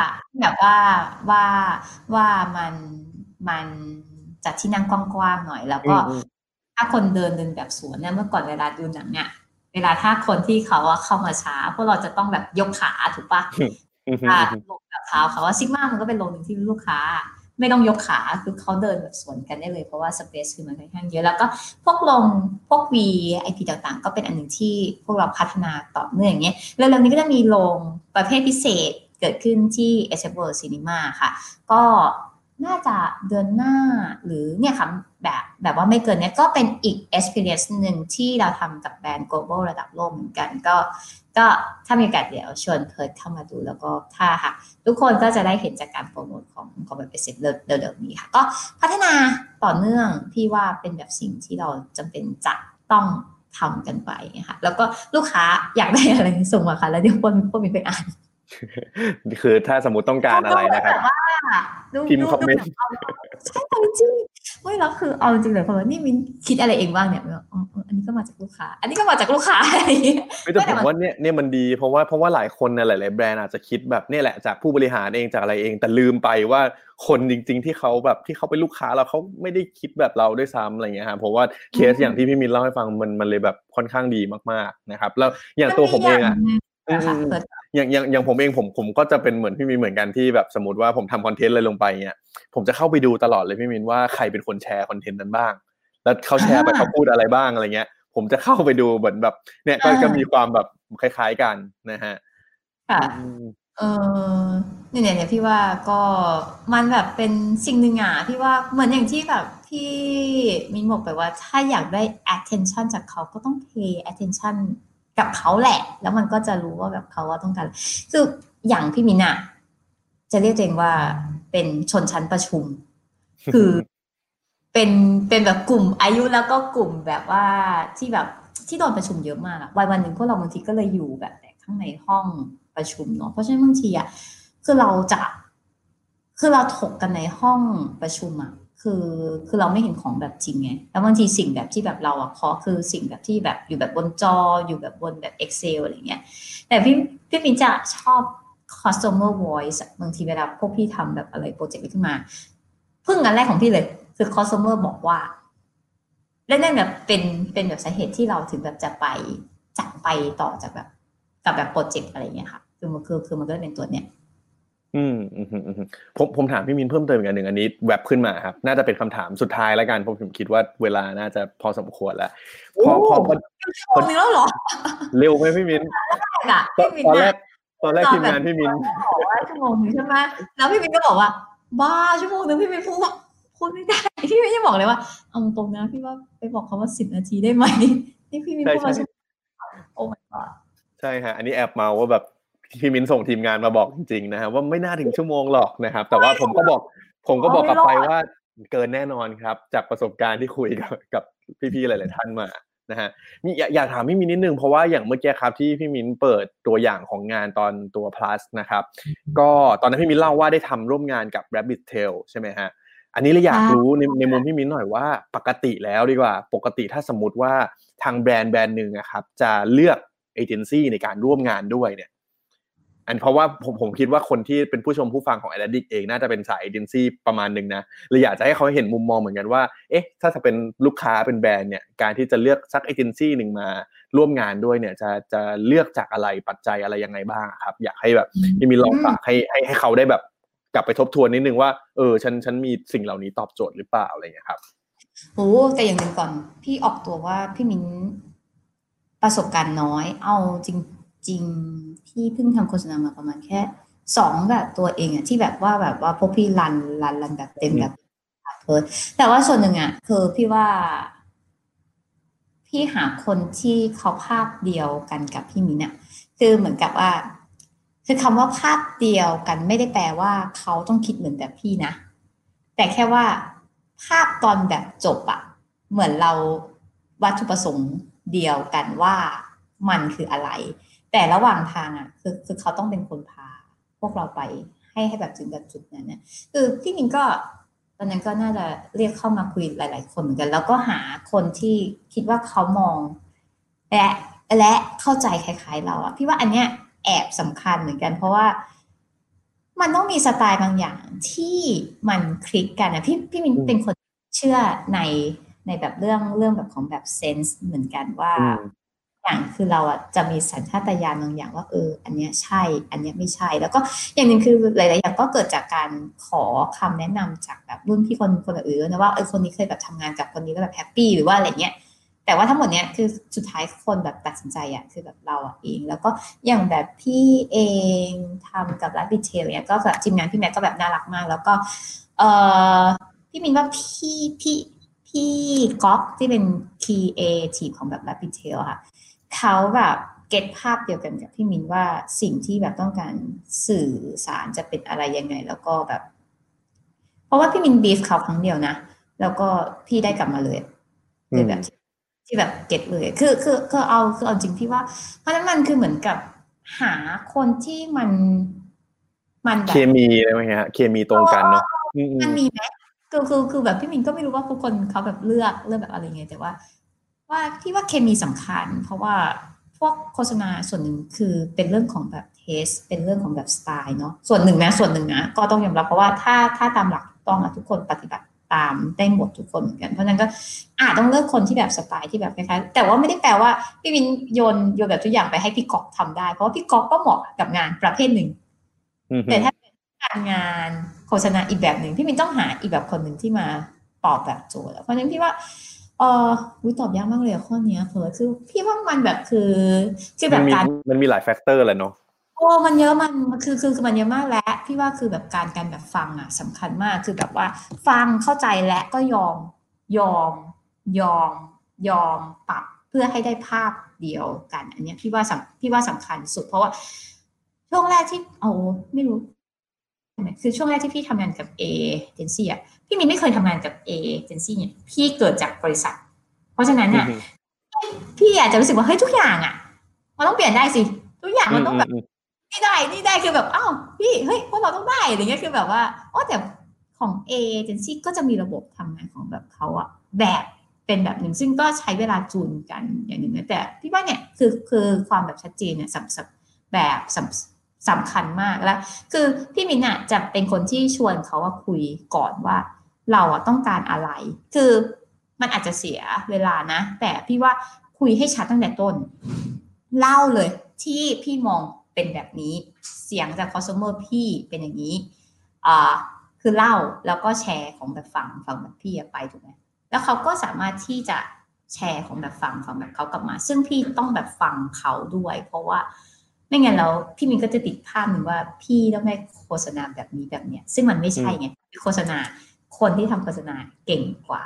ว่ามันจัดที่นั่งกว้างๆหน่อยแล้วก็ถ้าคนเดินแบบสวนเนี่ยเมื่อก่อนเวลาดูหนังเนี่ยเวลาถ้าคนที่เขาเข้ามาช้าพวกเราจะต้องแบบยกขาถูกปะลงกับเท้าเขาว่าซิกมามันก็เป็นโรงหนึ่งที่ลูกค้าไม่ต้องยกขาคือเขาเดินแบบสวนกันได้เลยเพราะว่าสเปซคือมันค่อนข้างเยอะแล้วก็พวก VIP ต่างๆก็เป็นอันหนึ่งที่พวกเราพัฒนาต่อเนื่องอย่างเงี้ยแล้วนี้ก็จะมีโรงประเภทพิเศษเกิดขึ้นที่ SF World Cinema ค่ะก็น่าจะเดือนหน้าหรือเนี่ยค่ะแบบว่าไม่เกินเนี้ยก็เป็นอีก experience หนึ่งที่เราทำกับแบรนด์ global ระดับโลกเหมือนกันก็ถ้ามีโอกาสเดี๋ยวชวนเพิร์ทเข้ามาดูแล้วก็ถ้าค่ะทุกคนก็จะได้เห็นจากการโปรโมทของแบบเสร็จเร็วๆนี้ค่ะก็พัฒนาต่อเนื่องพี่ว่าเป็นแบบสิ่งที่เราจำเป็นจะต้องทำกันไปค่ะแล้วก็ลูกค้าอยากได้อะไรส่งมาค่ะแล้วเดี๋ยวพวกมีไปอ่านคือถ้าสมมติต้องการอะไรนะครับพิมพ์คอมเมนต์ใช่จริงไม่แล้วคือเอาจริงเลยเพราะว่านี่มินคิดอะไรเองบ้างเนี่ยอันนี้ก็มาจากลูกค้าอันนี้ก็มาจากลูกค้าไม่แต่ผมว่าเนี่ยมันดีเพราะว่าหลายคนหลายๆแบรนด์อาจจะคิดแบบนี่แหละจากผู้บริหารเองจากอะไรเองแต่ลืมไปว่าคนจริงๆที่เขาเป็นลูกค้าแล้วเขาไม่ได้คิดแบบเราด้วยซ้ำอะไรเงี้ยครับเพราะว่าเคสอย่างที่พี่มินเล่าให้ฟังมันเลยแบบค่อนข้างดีมากๆนะครับแล้วอย่างตัวผมเองอย่างผมเองผมก็จะเป็นเหมือนพี่มินเหมือนกันที่แบบสมมติว่าผมทำคอนเทนต์อะไรลงไปเนี่ยผมจะเข้าไปดูตลอดเลยพี่มินว่าใครเป็นคนแชร์คอนเทนต์นั้นบ้างแล้วเขาแชร์ไปเขาพูดอะไรบ้างอะไรเงี้ยผมจะเข้าไปดูเหมือนแบบเนี่ยก็มีความแบบคล้ายๆกันนะฮะค่ะเนี่ยพี่ว่าก็มันแบบเป็นสิ่งหนึ่งพี่ว่าเหมือนอย่างที่แบบที่มินบอกไปว่าถ้าอยากได้ attention จากเขาก็ต้อง pay attentionกับเขาแหละแล้วมันก็จะรู้ว่าแบบเขาว่าต้องการคืออย่างพี่มินจะเรียกตัวเองว่าเป็นชนชั้นประชุมคือเป็นแบบกลุ่มอายุแล้วก็กลุ่มแบบว่าที่แบบที่โดนประชุมเยอะมากวันหนึ่งพวกเราบางทีก็เลยอยู่แบบข้างในห้องประชุมเนาะเพราะฉะนั้นบางทีอ่ะคือเราถกกันในห้องประชุมอ่ะคือเราไม่เห็นของแบบจริงไงแล้วบางทีสิ่งแบบที่แบบเราอ่ะคือสิ่งแบบที่แบบอยู่แบบบนจออยู่แบบบนแบบ Excel อะไรเงี้ยแต่พี่มินจะชอบ customer voice บางทีเวลาพวกพี่ทำแบบอะไรโปรเจกต์ขึ้นมาพึ่งอันแรกของพี่เลยคือ customer บอกว่าและนั่นแบบเป็นแบบสาเหตุที่เราถึงแบบจะไปต่อจากแบบกับแบบโปรเจกต์อะไรเงี้ยค่ะคือมันก็เป็นตัวเนี้ยผมถามพี่มินเพิ่มเติมอีกอันหนึ่งอันนี้แวบขึ้นมาครับน่าจะเป็นคำถามสุดท้ายแล้วกันผมคิดว่าเวลาน่าจะพอสมควรแล้วพอนึงแล้วเหรอเร็วไหมพี่มินตอนแรกทีมงานพี่มินบอกว่าชั่วโมงนึงใช่ไหมแล้วพี่มินก็บอกว่าบ้าชั่วโมงนึงพี่มินพูดไม่ได้พี่มินจะบอกเลยว่าเอาตรงนะพี่ว่าไปบอกเขาว่า10 นาทีได้ไหมนี่พี่มินพูดมาโอ้ my god ใช่ฮะอันนี้แอบเมาว่าแบบพี่มินส่งทีมงานมาบอกจริงๆนะครับว่าไม่น่าถึงชั่วโมงหรอกนะครับแต่ว่าผมก็บอกกลับไปว่าเกินแน่นอนครับจากประสบการณ์ที่คุยกับพี่ๆหลายๆท่านมานะฮะมีอยากถามพี่มินนิดนึงเพราะว่าอย่างเมื่อกี้ครับที่พี่มินเปิดตัวอย่างของงานตอนตัว plus นะครับก็ตอนนั้นพี่มินเล่าว่าได้ทำร่วมงานกับ Rabbit Tail ใช่ไหมฮะอันนี้เลยอยากรู้ในมุมพี่มินหน่อยว่าปกติแล้วดีกว่าปกติถ้าสมมติว่าทางแบรนด์หนึ่งครับจะเลือกเอเจนซี่ในการร่วมงานด้วยเนี่ยเพราะว่าผมคิดว่าคนที่เป็นผู้ชมผู้ฟังของ Addict เองน่าจะเป็นสายเอเจนซี่ประมาณนึงนะเลยอยากจะให้เขาเห็นมุมมองเหมือนกันว่าถ้าจะเป็นลูกค้าเป็นแบรนด์เนี่ยการที่จะเลือกสักเอเจนซี่นึงมาร่วมงานด้วยเนี่ยจะเลือกจากอะไรปัจจัยอะไรยังไงบ้างครับอยากให้แบบที่มีลองฝากให้เขาได้แบบกลับไปทบทวนนิดนึงว่าฉันมีสิ่งเหล่านี้ตอบโจทย์หรือเปล่าอะไรอย่างเงี้ยครับโอ้แต่อย่างนึงก่อนพี่ออกตัวว่าพี่มิ้นประสบการณ์น้อยเอาจริงพี่เพิ่งทำโฆษณามาประมาณแค่2แบบตัวเองอะที่แบบว่าพวกพี่รันแบบเต็มแบบแต่ว่าส่วนหนึ่งอะคือพี่ว่าพี่หาคนที่เขาภาพเดียวกันกับพี่มิ้นอะคือเหมือนกับว่าคือคำว่าภาพเดียวกันไม่ได้แปลว่าเขาต้องคิดเหมือนแบบพี่นะแต่แค่ว่าภาพตอนแบบจบอะเหมือนเราวัตถุประสงค์เดียวกันว่ามันคืออะไรแต่ระหว่างทางอ่ะคือเขาต้องเป็นคนพาพวกเราไปให้แบบถึงแบบจุดนั้นเนี่ยคือพี่มินก็ตอนนั้นก็น่าจะเรียกเข้ามาคุยหลายๆคนเหมือนกันแล้วก็หาคนที่คิดว่าเขามองและเข้าใจคล้ายๆเราอ่ะพี่ว่าอันเนี้ยแอบสำคัญเหมือนกันเพราะว่ามันต้องมีสไตล์บางอย่างที่มันคลิกกันนะพี่มินเป็นคนเชื่อในแบบเรื่องแบบของแบบเซนส์เหมือนกันว่าอย่างคือเราอ่ะจะมีสัญชาตญาณบางอย่างว่าอันเนี้ยใช่อันเนี้ยไม่ใช่แล้วก็อย่างหนึ่งคือหลายๆอย่างก็เกิดจากการขอคำแนะนำจากแบบรุ่นพี่คนอื่นนะว่าคนนี้เคยแบบทำงานกับคนนี้แล้วแบบแฮปปี้หรือว่าอะไรเงี้ยแต่ว่าทั้งหมดเนี้ยคือสุดท้ายคนแบบตัดสินใจอ่ะคือแบบเราเองแล้วก็อย่างแบบพี่เองทำกับRabbit Tailเนี่ยก็แบบทีมงานพี่แม็กก็แบบน่ารักมากแล้วก็พี่มินว่าพี่ก๊อฟที่เป็น creative ของแบบ Rabbit Tail ค่ะเขาแบบเก็ตภาพเดียวกันกับพี่มินว่าสิ่งที่แบบต้องการสื่อสารจะเป็นอะไรยังไงแล้วก็แบบเพราะว่าพี่มินบีฟเขาครั้งเดียวนะแล้วก็พี่ได้กลับมาเลยคือแบบที่แบบเก็ตเลยคือเอาจริงพี่ว่าเพราะนั้นมันคือเหมือนกับหาคนที่มันแบบเคมีอะไรไหมฮะเคมีตรงกันเนาะมันมีไหมคือแบบพี่มินก็ไม่รู้ว่าทุกคนเขาแบบเลือกแบบอะไรไงแต่ว่าพี่ว่าเคมีสำคัญเพราะว่าพวกโฆษณาส่วนหนึ่งคือเป็นเรื่องของแบบเทสเป็นเรื่องของแบบสไตล์เนาะส่วนหนึ่งนะก็ต้องยอมรับเพราะว่าถ้าตามหลักต้องทุกคนปฏิบัติตามได้หมดทุกคนเหมือนกันเพราะนั้นก็ต้องเลือกคนที่แบบสไตล์ที่แบบคล้ายๆแต่ว่าไม่ได้แปลว่าพี่มินโยนแบบทุกอย่างไปให้พี่ก๊อฟทำได้เพราะว่าพี่ก๊อฟก็เหมาะกับงานประเภทหนึ่งแต่ถ้าเป็นการงานโฆษณาอีกแบบหนึ่งพี่มินต้องหาอีกแบบคนหนึ่งที่มาตอบแบบโจทย์เพราะฉะนั้นพี่ว่าตอบยากมากเลยข้อนี้คือพี่ว่ามันแบบคือแบบการมันมีหลายแฟกเตอร์แหละเนาะมันเยอะมันคือมันเยอะมากและพี่ว่าคือแบบการแบบฟังสำคัญมากคือแบบว่าฟังเข้าใจและก็ยอมปรับเพื่อให้ได้ภาพเดียวกันอันนี้พี่ว่าสำคัญสุดเพราะว่าช่วงแรกที่ไม่รู้คือช่วงแรกที่พี่ทำงานกับเอเจนซี่พี่มินไม่เคยทำงานกับเอเจนซี่เนี่ยพี่เกิดจากบริษัทเพราะฉะนั้นพี่อาจจะรู้สึกว่าเฮ้ยทุกอย่างมันต้องเปลี่ยนได้สิทุกอย่างอืมันต้องแบบมนี่ได้คือแบบอ้าวพี่เฮ้ยพวกเราต้องได้อะไรเงี้ยคือแบบว่าอ๋อแต่ของ A agency ก็จะมีระบบทำงานของแบบเขาอะแบบเป็นแบบหนึ่งซึ่งก็ใช้เวลาจูนกันอย่างหนึ่งนะแต่พี่ว่าเนี่ยคือความแบบชัดเจนเนี่ยแบบสำคัญมากแล้วคือพี่มินอะจะเป็นคนที่ชวนเขาว่าคุยก่อนว่าเราอะต้องการอะไรคือมันอาจจะเสียเวลานะแต่พี่ว่าคุยให้ชัดตั้งแต่ต้นเล่าเลยที่พี่มองเป็นแบบนี้เสียงจาก customer พี่เป็นอย่างนี้คือเล่าแล้วก็แชร์ของแบบฝั่งแบบพี่ไปถูกไหมแล้วเขาก็สามารถที่จะแชร์ของแบบฝั่งแบบเขากลับมาซึ่งพี่ต้องแบบฟังเขาด้วยเพราะว่าไม่งั้นแล้วพี่มินก็จะติดภาพหนึ่งว่าพี่ต้องได้โฆษณาแบบนี้แบบเนี้ยซึ่งมันไม่ใช่ไงโฆษณาคนที่ทำโฆษณาเก่งกว่า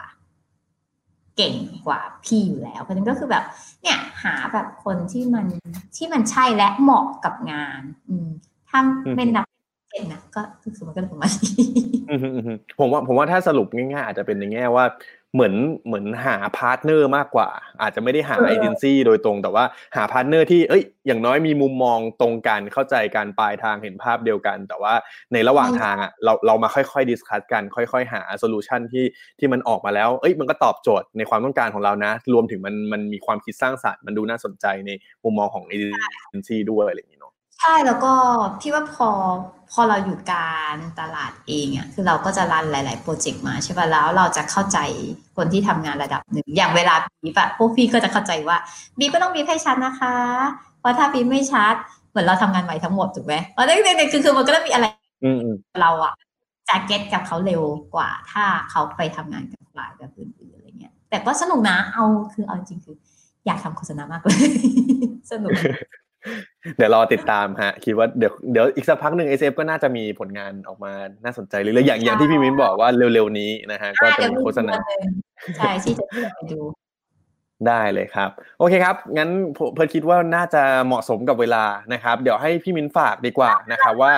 พี่อยู่แล้วเพราะฉะนั้นก็คือแบบเนี่ยหาแบบคนที่มันใช่และเหมาะกับงานถ้าไม่นับเป็นนะก็คือมันก็ประมาณนี้ผมว่าถ้าสรุปง่ายๆอาจจะเป็นในแง่ว่าเหมือนหาพาร์ทเนอร์มากกว่าอาจจะไม่ได้หาเอเจนซี่โดยตรงแต่ว่าหาพาร์ทเนอร์ที่อย่างน้อยมีมุมมองตรงกันเข้าใจกันปลายทางเห็นภาพเดียวกันแต่ว่าในระหว่างทางอ่ะเรามาค่อยๆดิสคัสกันค่อยๆหาโซลูชันที่มันออกมาแล้วมันก็ตอบโจทย์ในความต้องการของเรานะรวมถึงมันมีความคิดสร้างสรรค์มันดูน่าสนใจในมุมมองของเอเจนซี่ด้วยอะไรอย่างนี้เนาะใช่แล้วก็พี่ว่าพอเราอยู่การตลาดเองอ่ะคือเราก็จะรันหลายๆโปรเจกต์มาใช่ป่ะแล้วเราจะเข้าใจคนที่ทำงานระดับหนึ่งอย่างเวลาบีบอะพวกพี่ก็จะเข้าใจว่าบีบก็ต้องบีบให้ชัดนะคะเพราะถ้าบีบไม่ชัดเหมือนเราทำงานใหม่ทั้งหมดถูกไหมเพราะเนี่ยคือมันก็ต้องมีอะไรเราอะจะเก็ตกับเขาเร็วกว่าถ้าเขาไปทำงานกับฝ่ายแบบอื่นๆอะไรเงี้ยแต่ก็สนุกนะเอาจริงคืออยากทำโฆษณามากเลยสนุกเดี๋ยวรอติดตามฮะคิดว่าเดี๋ยวอีกสักพักหนึ่ง SF ก็น่าจะมีผลงานออกมาน่าสนใจเรื่อยๆอย่างที่พี่มิ้นบอกว่าเร็วๆนี้นะฮะก็จะมีโฆษณาใช่ที่จะไปดูได้เลยครับโอเคครับงั้นเพิร์ทคิดว่าน่าจะเหมาะสมกับเวลานะครับเดี๋ยวให้พี่มิ้นฝากดีกว่านะครับว่า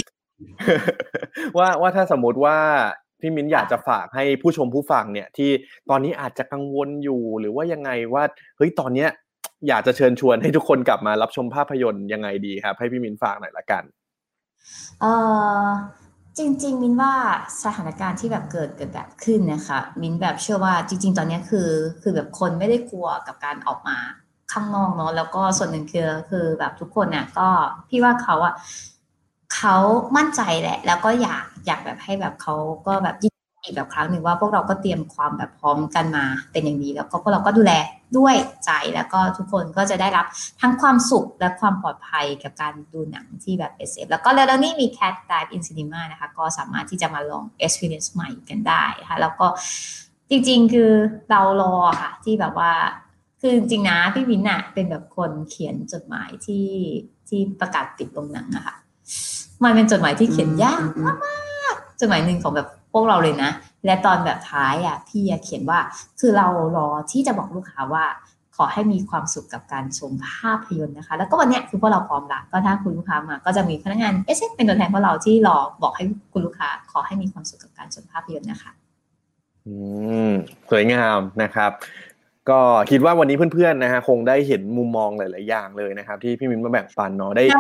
ว่าถ้าสมมุติว่าพี่มิ้นอยากจะฝากให้ผู้ชมผู้ฟังเนี่ยที่ตอนนี้อาจจะกังวลอยู่หรือว่ายังไงว่าเฮ้ยตอนเนี้ยอยากจะเชิญชวนให้ทุกคนกลับมารับชมภาพยนตร์ยังไงดีครับให้พี่มิ้นฝากหน่อยละกันจริงๆมินว่าสถานการณ์ที่แบบเกิดแบบขึ้นนะคะมินแบบเชื่อว่าจริงๆตอนนี้คือแบบคนไม่ได้กลัวกับการออกมาข้างนอกเนาะแล้วก็ส่วนหนึ่งคือแบบทุกคนเนี่ยก็พี่ว่าเขามั่นใจแหละแล้วก็อยากแบบให้แบบเขาก็แบบอีกแบบครั้งหนึ่งว่าพวกเราก็เตรียมความแบบพร้อมกันมาเป็นอย่างดีแล้วก็พวกเราก็ดูแลด้วยใจแล้วก็ทุกคนก็จะได้รับทั้งความสุขและความปลอดภัยกับการดูหนังที่แบบ SF แล้วก็แล้วนี่มี Cat Dive in Cinema นะคะก็สามารถที่จะมาลอง experience ใหม่กันได้ค่ะแล้วก็จริงๆคือเรารอค่ะที่แบบว่าคือจริงๆนะพี่วินน่ะเป็นแบบคนเขียนจดหมายที่ประกาศปิดโรงหนังอะค่ะมันเป็นจดหมายที่เขียนยากมากๆจดหมายหนึ่งของแบบพวกเราเลยนะและตอนแบบท้ายอ่ะพี่เขียนว่าคือเรารอที่จะบอกลูกค้าว่าขอให้มีความสุขกับการชมภาพยนตร์นะคะแล้วก็วันนี้คือพวกเราพร้อมละก็ถ้าคุณลูกค้ามาก็จะมีพนักงานเป็นตัวแทนพวกเราที่รอบอกให้คุณลูกค้าขอให้มีความสุขกับการชมภาพยนตร์นะคะสวยงามนะครับก็คิดว่าวันนี้เพื่อนๆนะฮะคงได้เห็นมุมมองหลายๆอย่างเลยนะครับที่พี่มิ้นมาแบ่งปันเนาะได้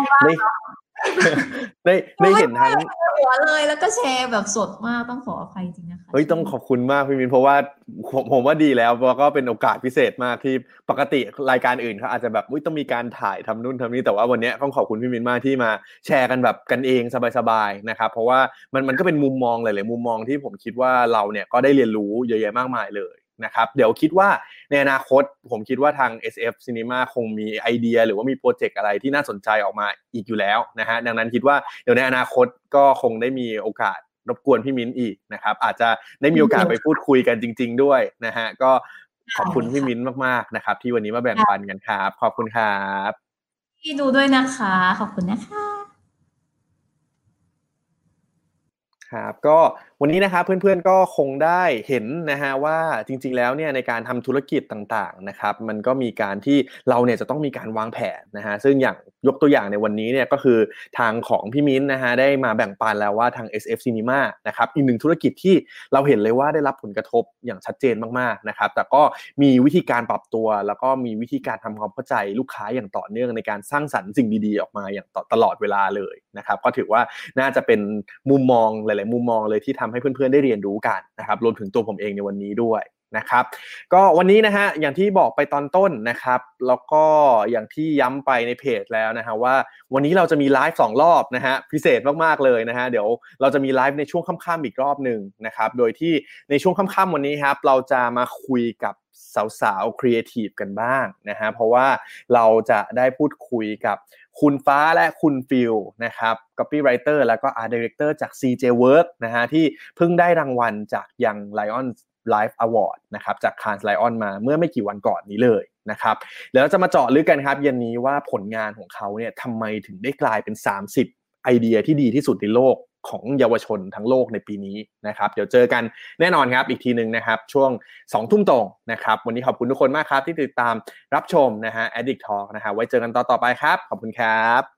เห็นทั้งหัวเลยแล้วก็แชร์แบบสดมากต้องขออภัยจริงนะคะเฮ้ยต้องขอบคุณมากพี่มิ้นเพราะว่าผมว่าดีแล้วเพราะก็เป็นโอกาสพิเศษมากที่ปกติรายการอื่นเขาอาจจะแบบต้องมีการถ่ายทำนู่นทำนี่แต่ว่าวันนี้ต้องขอบคุณพี่มิ้นมากที่มาแชร์กันแบบกันเองสบายๆนะครับเพราะว่ามันก็เป็นมุมมองหลายๆมุมมองที่ผมคิดว่าเราเนี่ยก็ได้เรียนรู้เยอะแยะมากมายเลยนะครับเดี๋ยวคิดว่าในอนาคตผมคิดว่าทาง SF Cinema คงมีไอเดียหรือว่ามีโปรเจกต์อะไรที่น่าสนใจออกมาอีกอยู่แล้วนะฮะดังนั้นคิดว่าเดี๋ยวในอนาคตก็คงได้มีโอกาสรบกวนพี่มิ้นอีกนะครับอาจจะได้มีโอกาสไปพูดคุยกันจริงๆด้วยนะฮะก็ขอบคุณพี่มิ้นมากๆนะครับที่วันนี้มาแบ่งปันกันครับขอบคุณครับที่ดูด้วยนะคะขอบคุณนะคะครับก็วันนี้นะครับเพื่อนๆก็คงได้เห็นนะฮะว่าจริงๆแล้วเนี่ยในการทำธุรกิจต่างๆนะครับมันก็มีการที่เราเนี่ยจะต้องมีการวางแผนนะฮะซึ่งอย่างยกตัวอย่างในวันนี้เนี่ยก็คือทางของพี่มิ้นนะฮะได้มาแบ่งปันแล้วว่าทาง SF Cinema นะครับอีกหนึ่งธุรกิจที่เราเห็นเลยว่าได้รับผลกระทบอย่างชัดเจนมากๆนะครับแต่ก็มีวิธีการปรับตัวแล้วก็มีวิธีการทำความเข้าใจลูกค้าอย่างต่อเนื่องในการสร้างสรรค์สิ่งดีๆออกมาอย่างตลอดเวลาเลยนะครับก็ถือว่าน่าจะเป็นมุมมองหลายๆมุมมองเลยที่ทำให้เพื่อนๆได้เรียนรู้กันนะครับรวมถึงตัวผมเองในวันนี้ด้วยนะครับก็วันนี้นะฮะอย่างที่บอกไปตอนต้นนะครับแล้วก็อย่างที่ย้ำไปในเพจแล้วนะฮะว่าวันนี้เราจะมีไลฟ์2รอบนะฮะพิเศษมากๆเลยนะฮะเดี๋ยวเราจะมีไลฟ์ในช่วงค่ำๆอีกรอบนึงนะครับโดยที่ในช่วงค่ำๆวันนี้ครับเราจะมาคุยกับสาวๆครีเอทีฟกันบ้างนะฮะเพราะว่าเราจะได้พูดคุยกับคุณฟ้าและคุณฟิลนะครับ Copywriter แล้วก็ Art Director จาก CJ Work นะฮะที่เพิ่งได้รางวัลจาก Young Lion Life Award นะครับจาก Cannes Lion มาเมื่อไม่กี่วันก่อนนี้เลยนะครับเดี๋ยวเราจะมาเจาะลึกกันครับเย็นนี้ว่าผลงานของเขาเนี่ยทำไมถึงได้กลายเป็น30ไอเดียที่ดีที่สุดในโลกของเยาวชนทั้งโลกในปีนี้นะครับเดี๋ยวเจอกันแน่นอนครับอีกทีนึงนะครับช่วง 20:00 น.ตรงนะครับวันนี้ขอบคุณทุกคนมากครับที่ติดตามรับชมนะฮะ Addict Talk นะฮะไว้เจอกันต่อไปครับขอบคุณครับ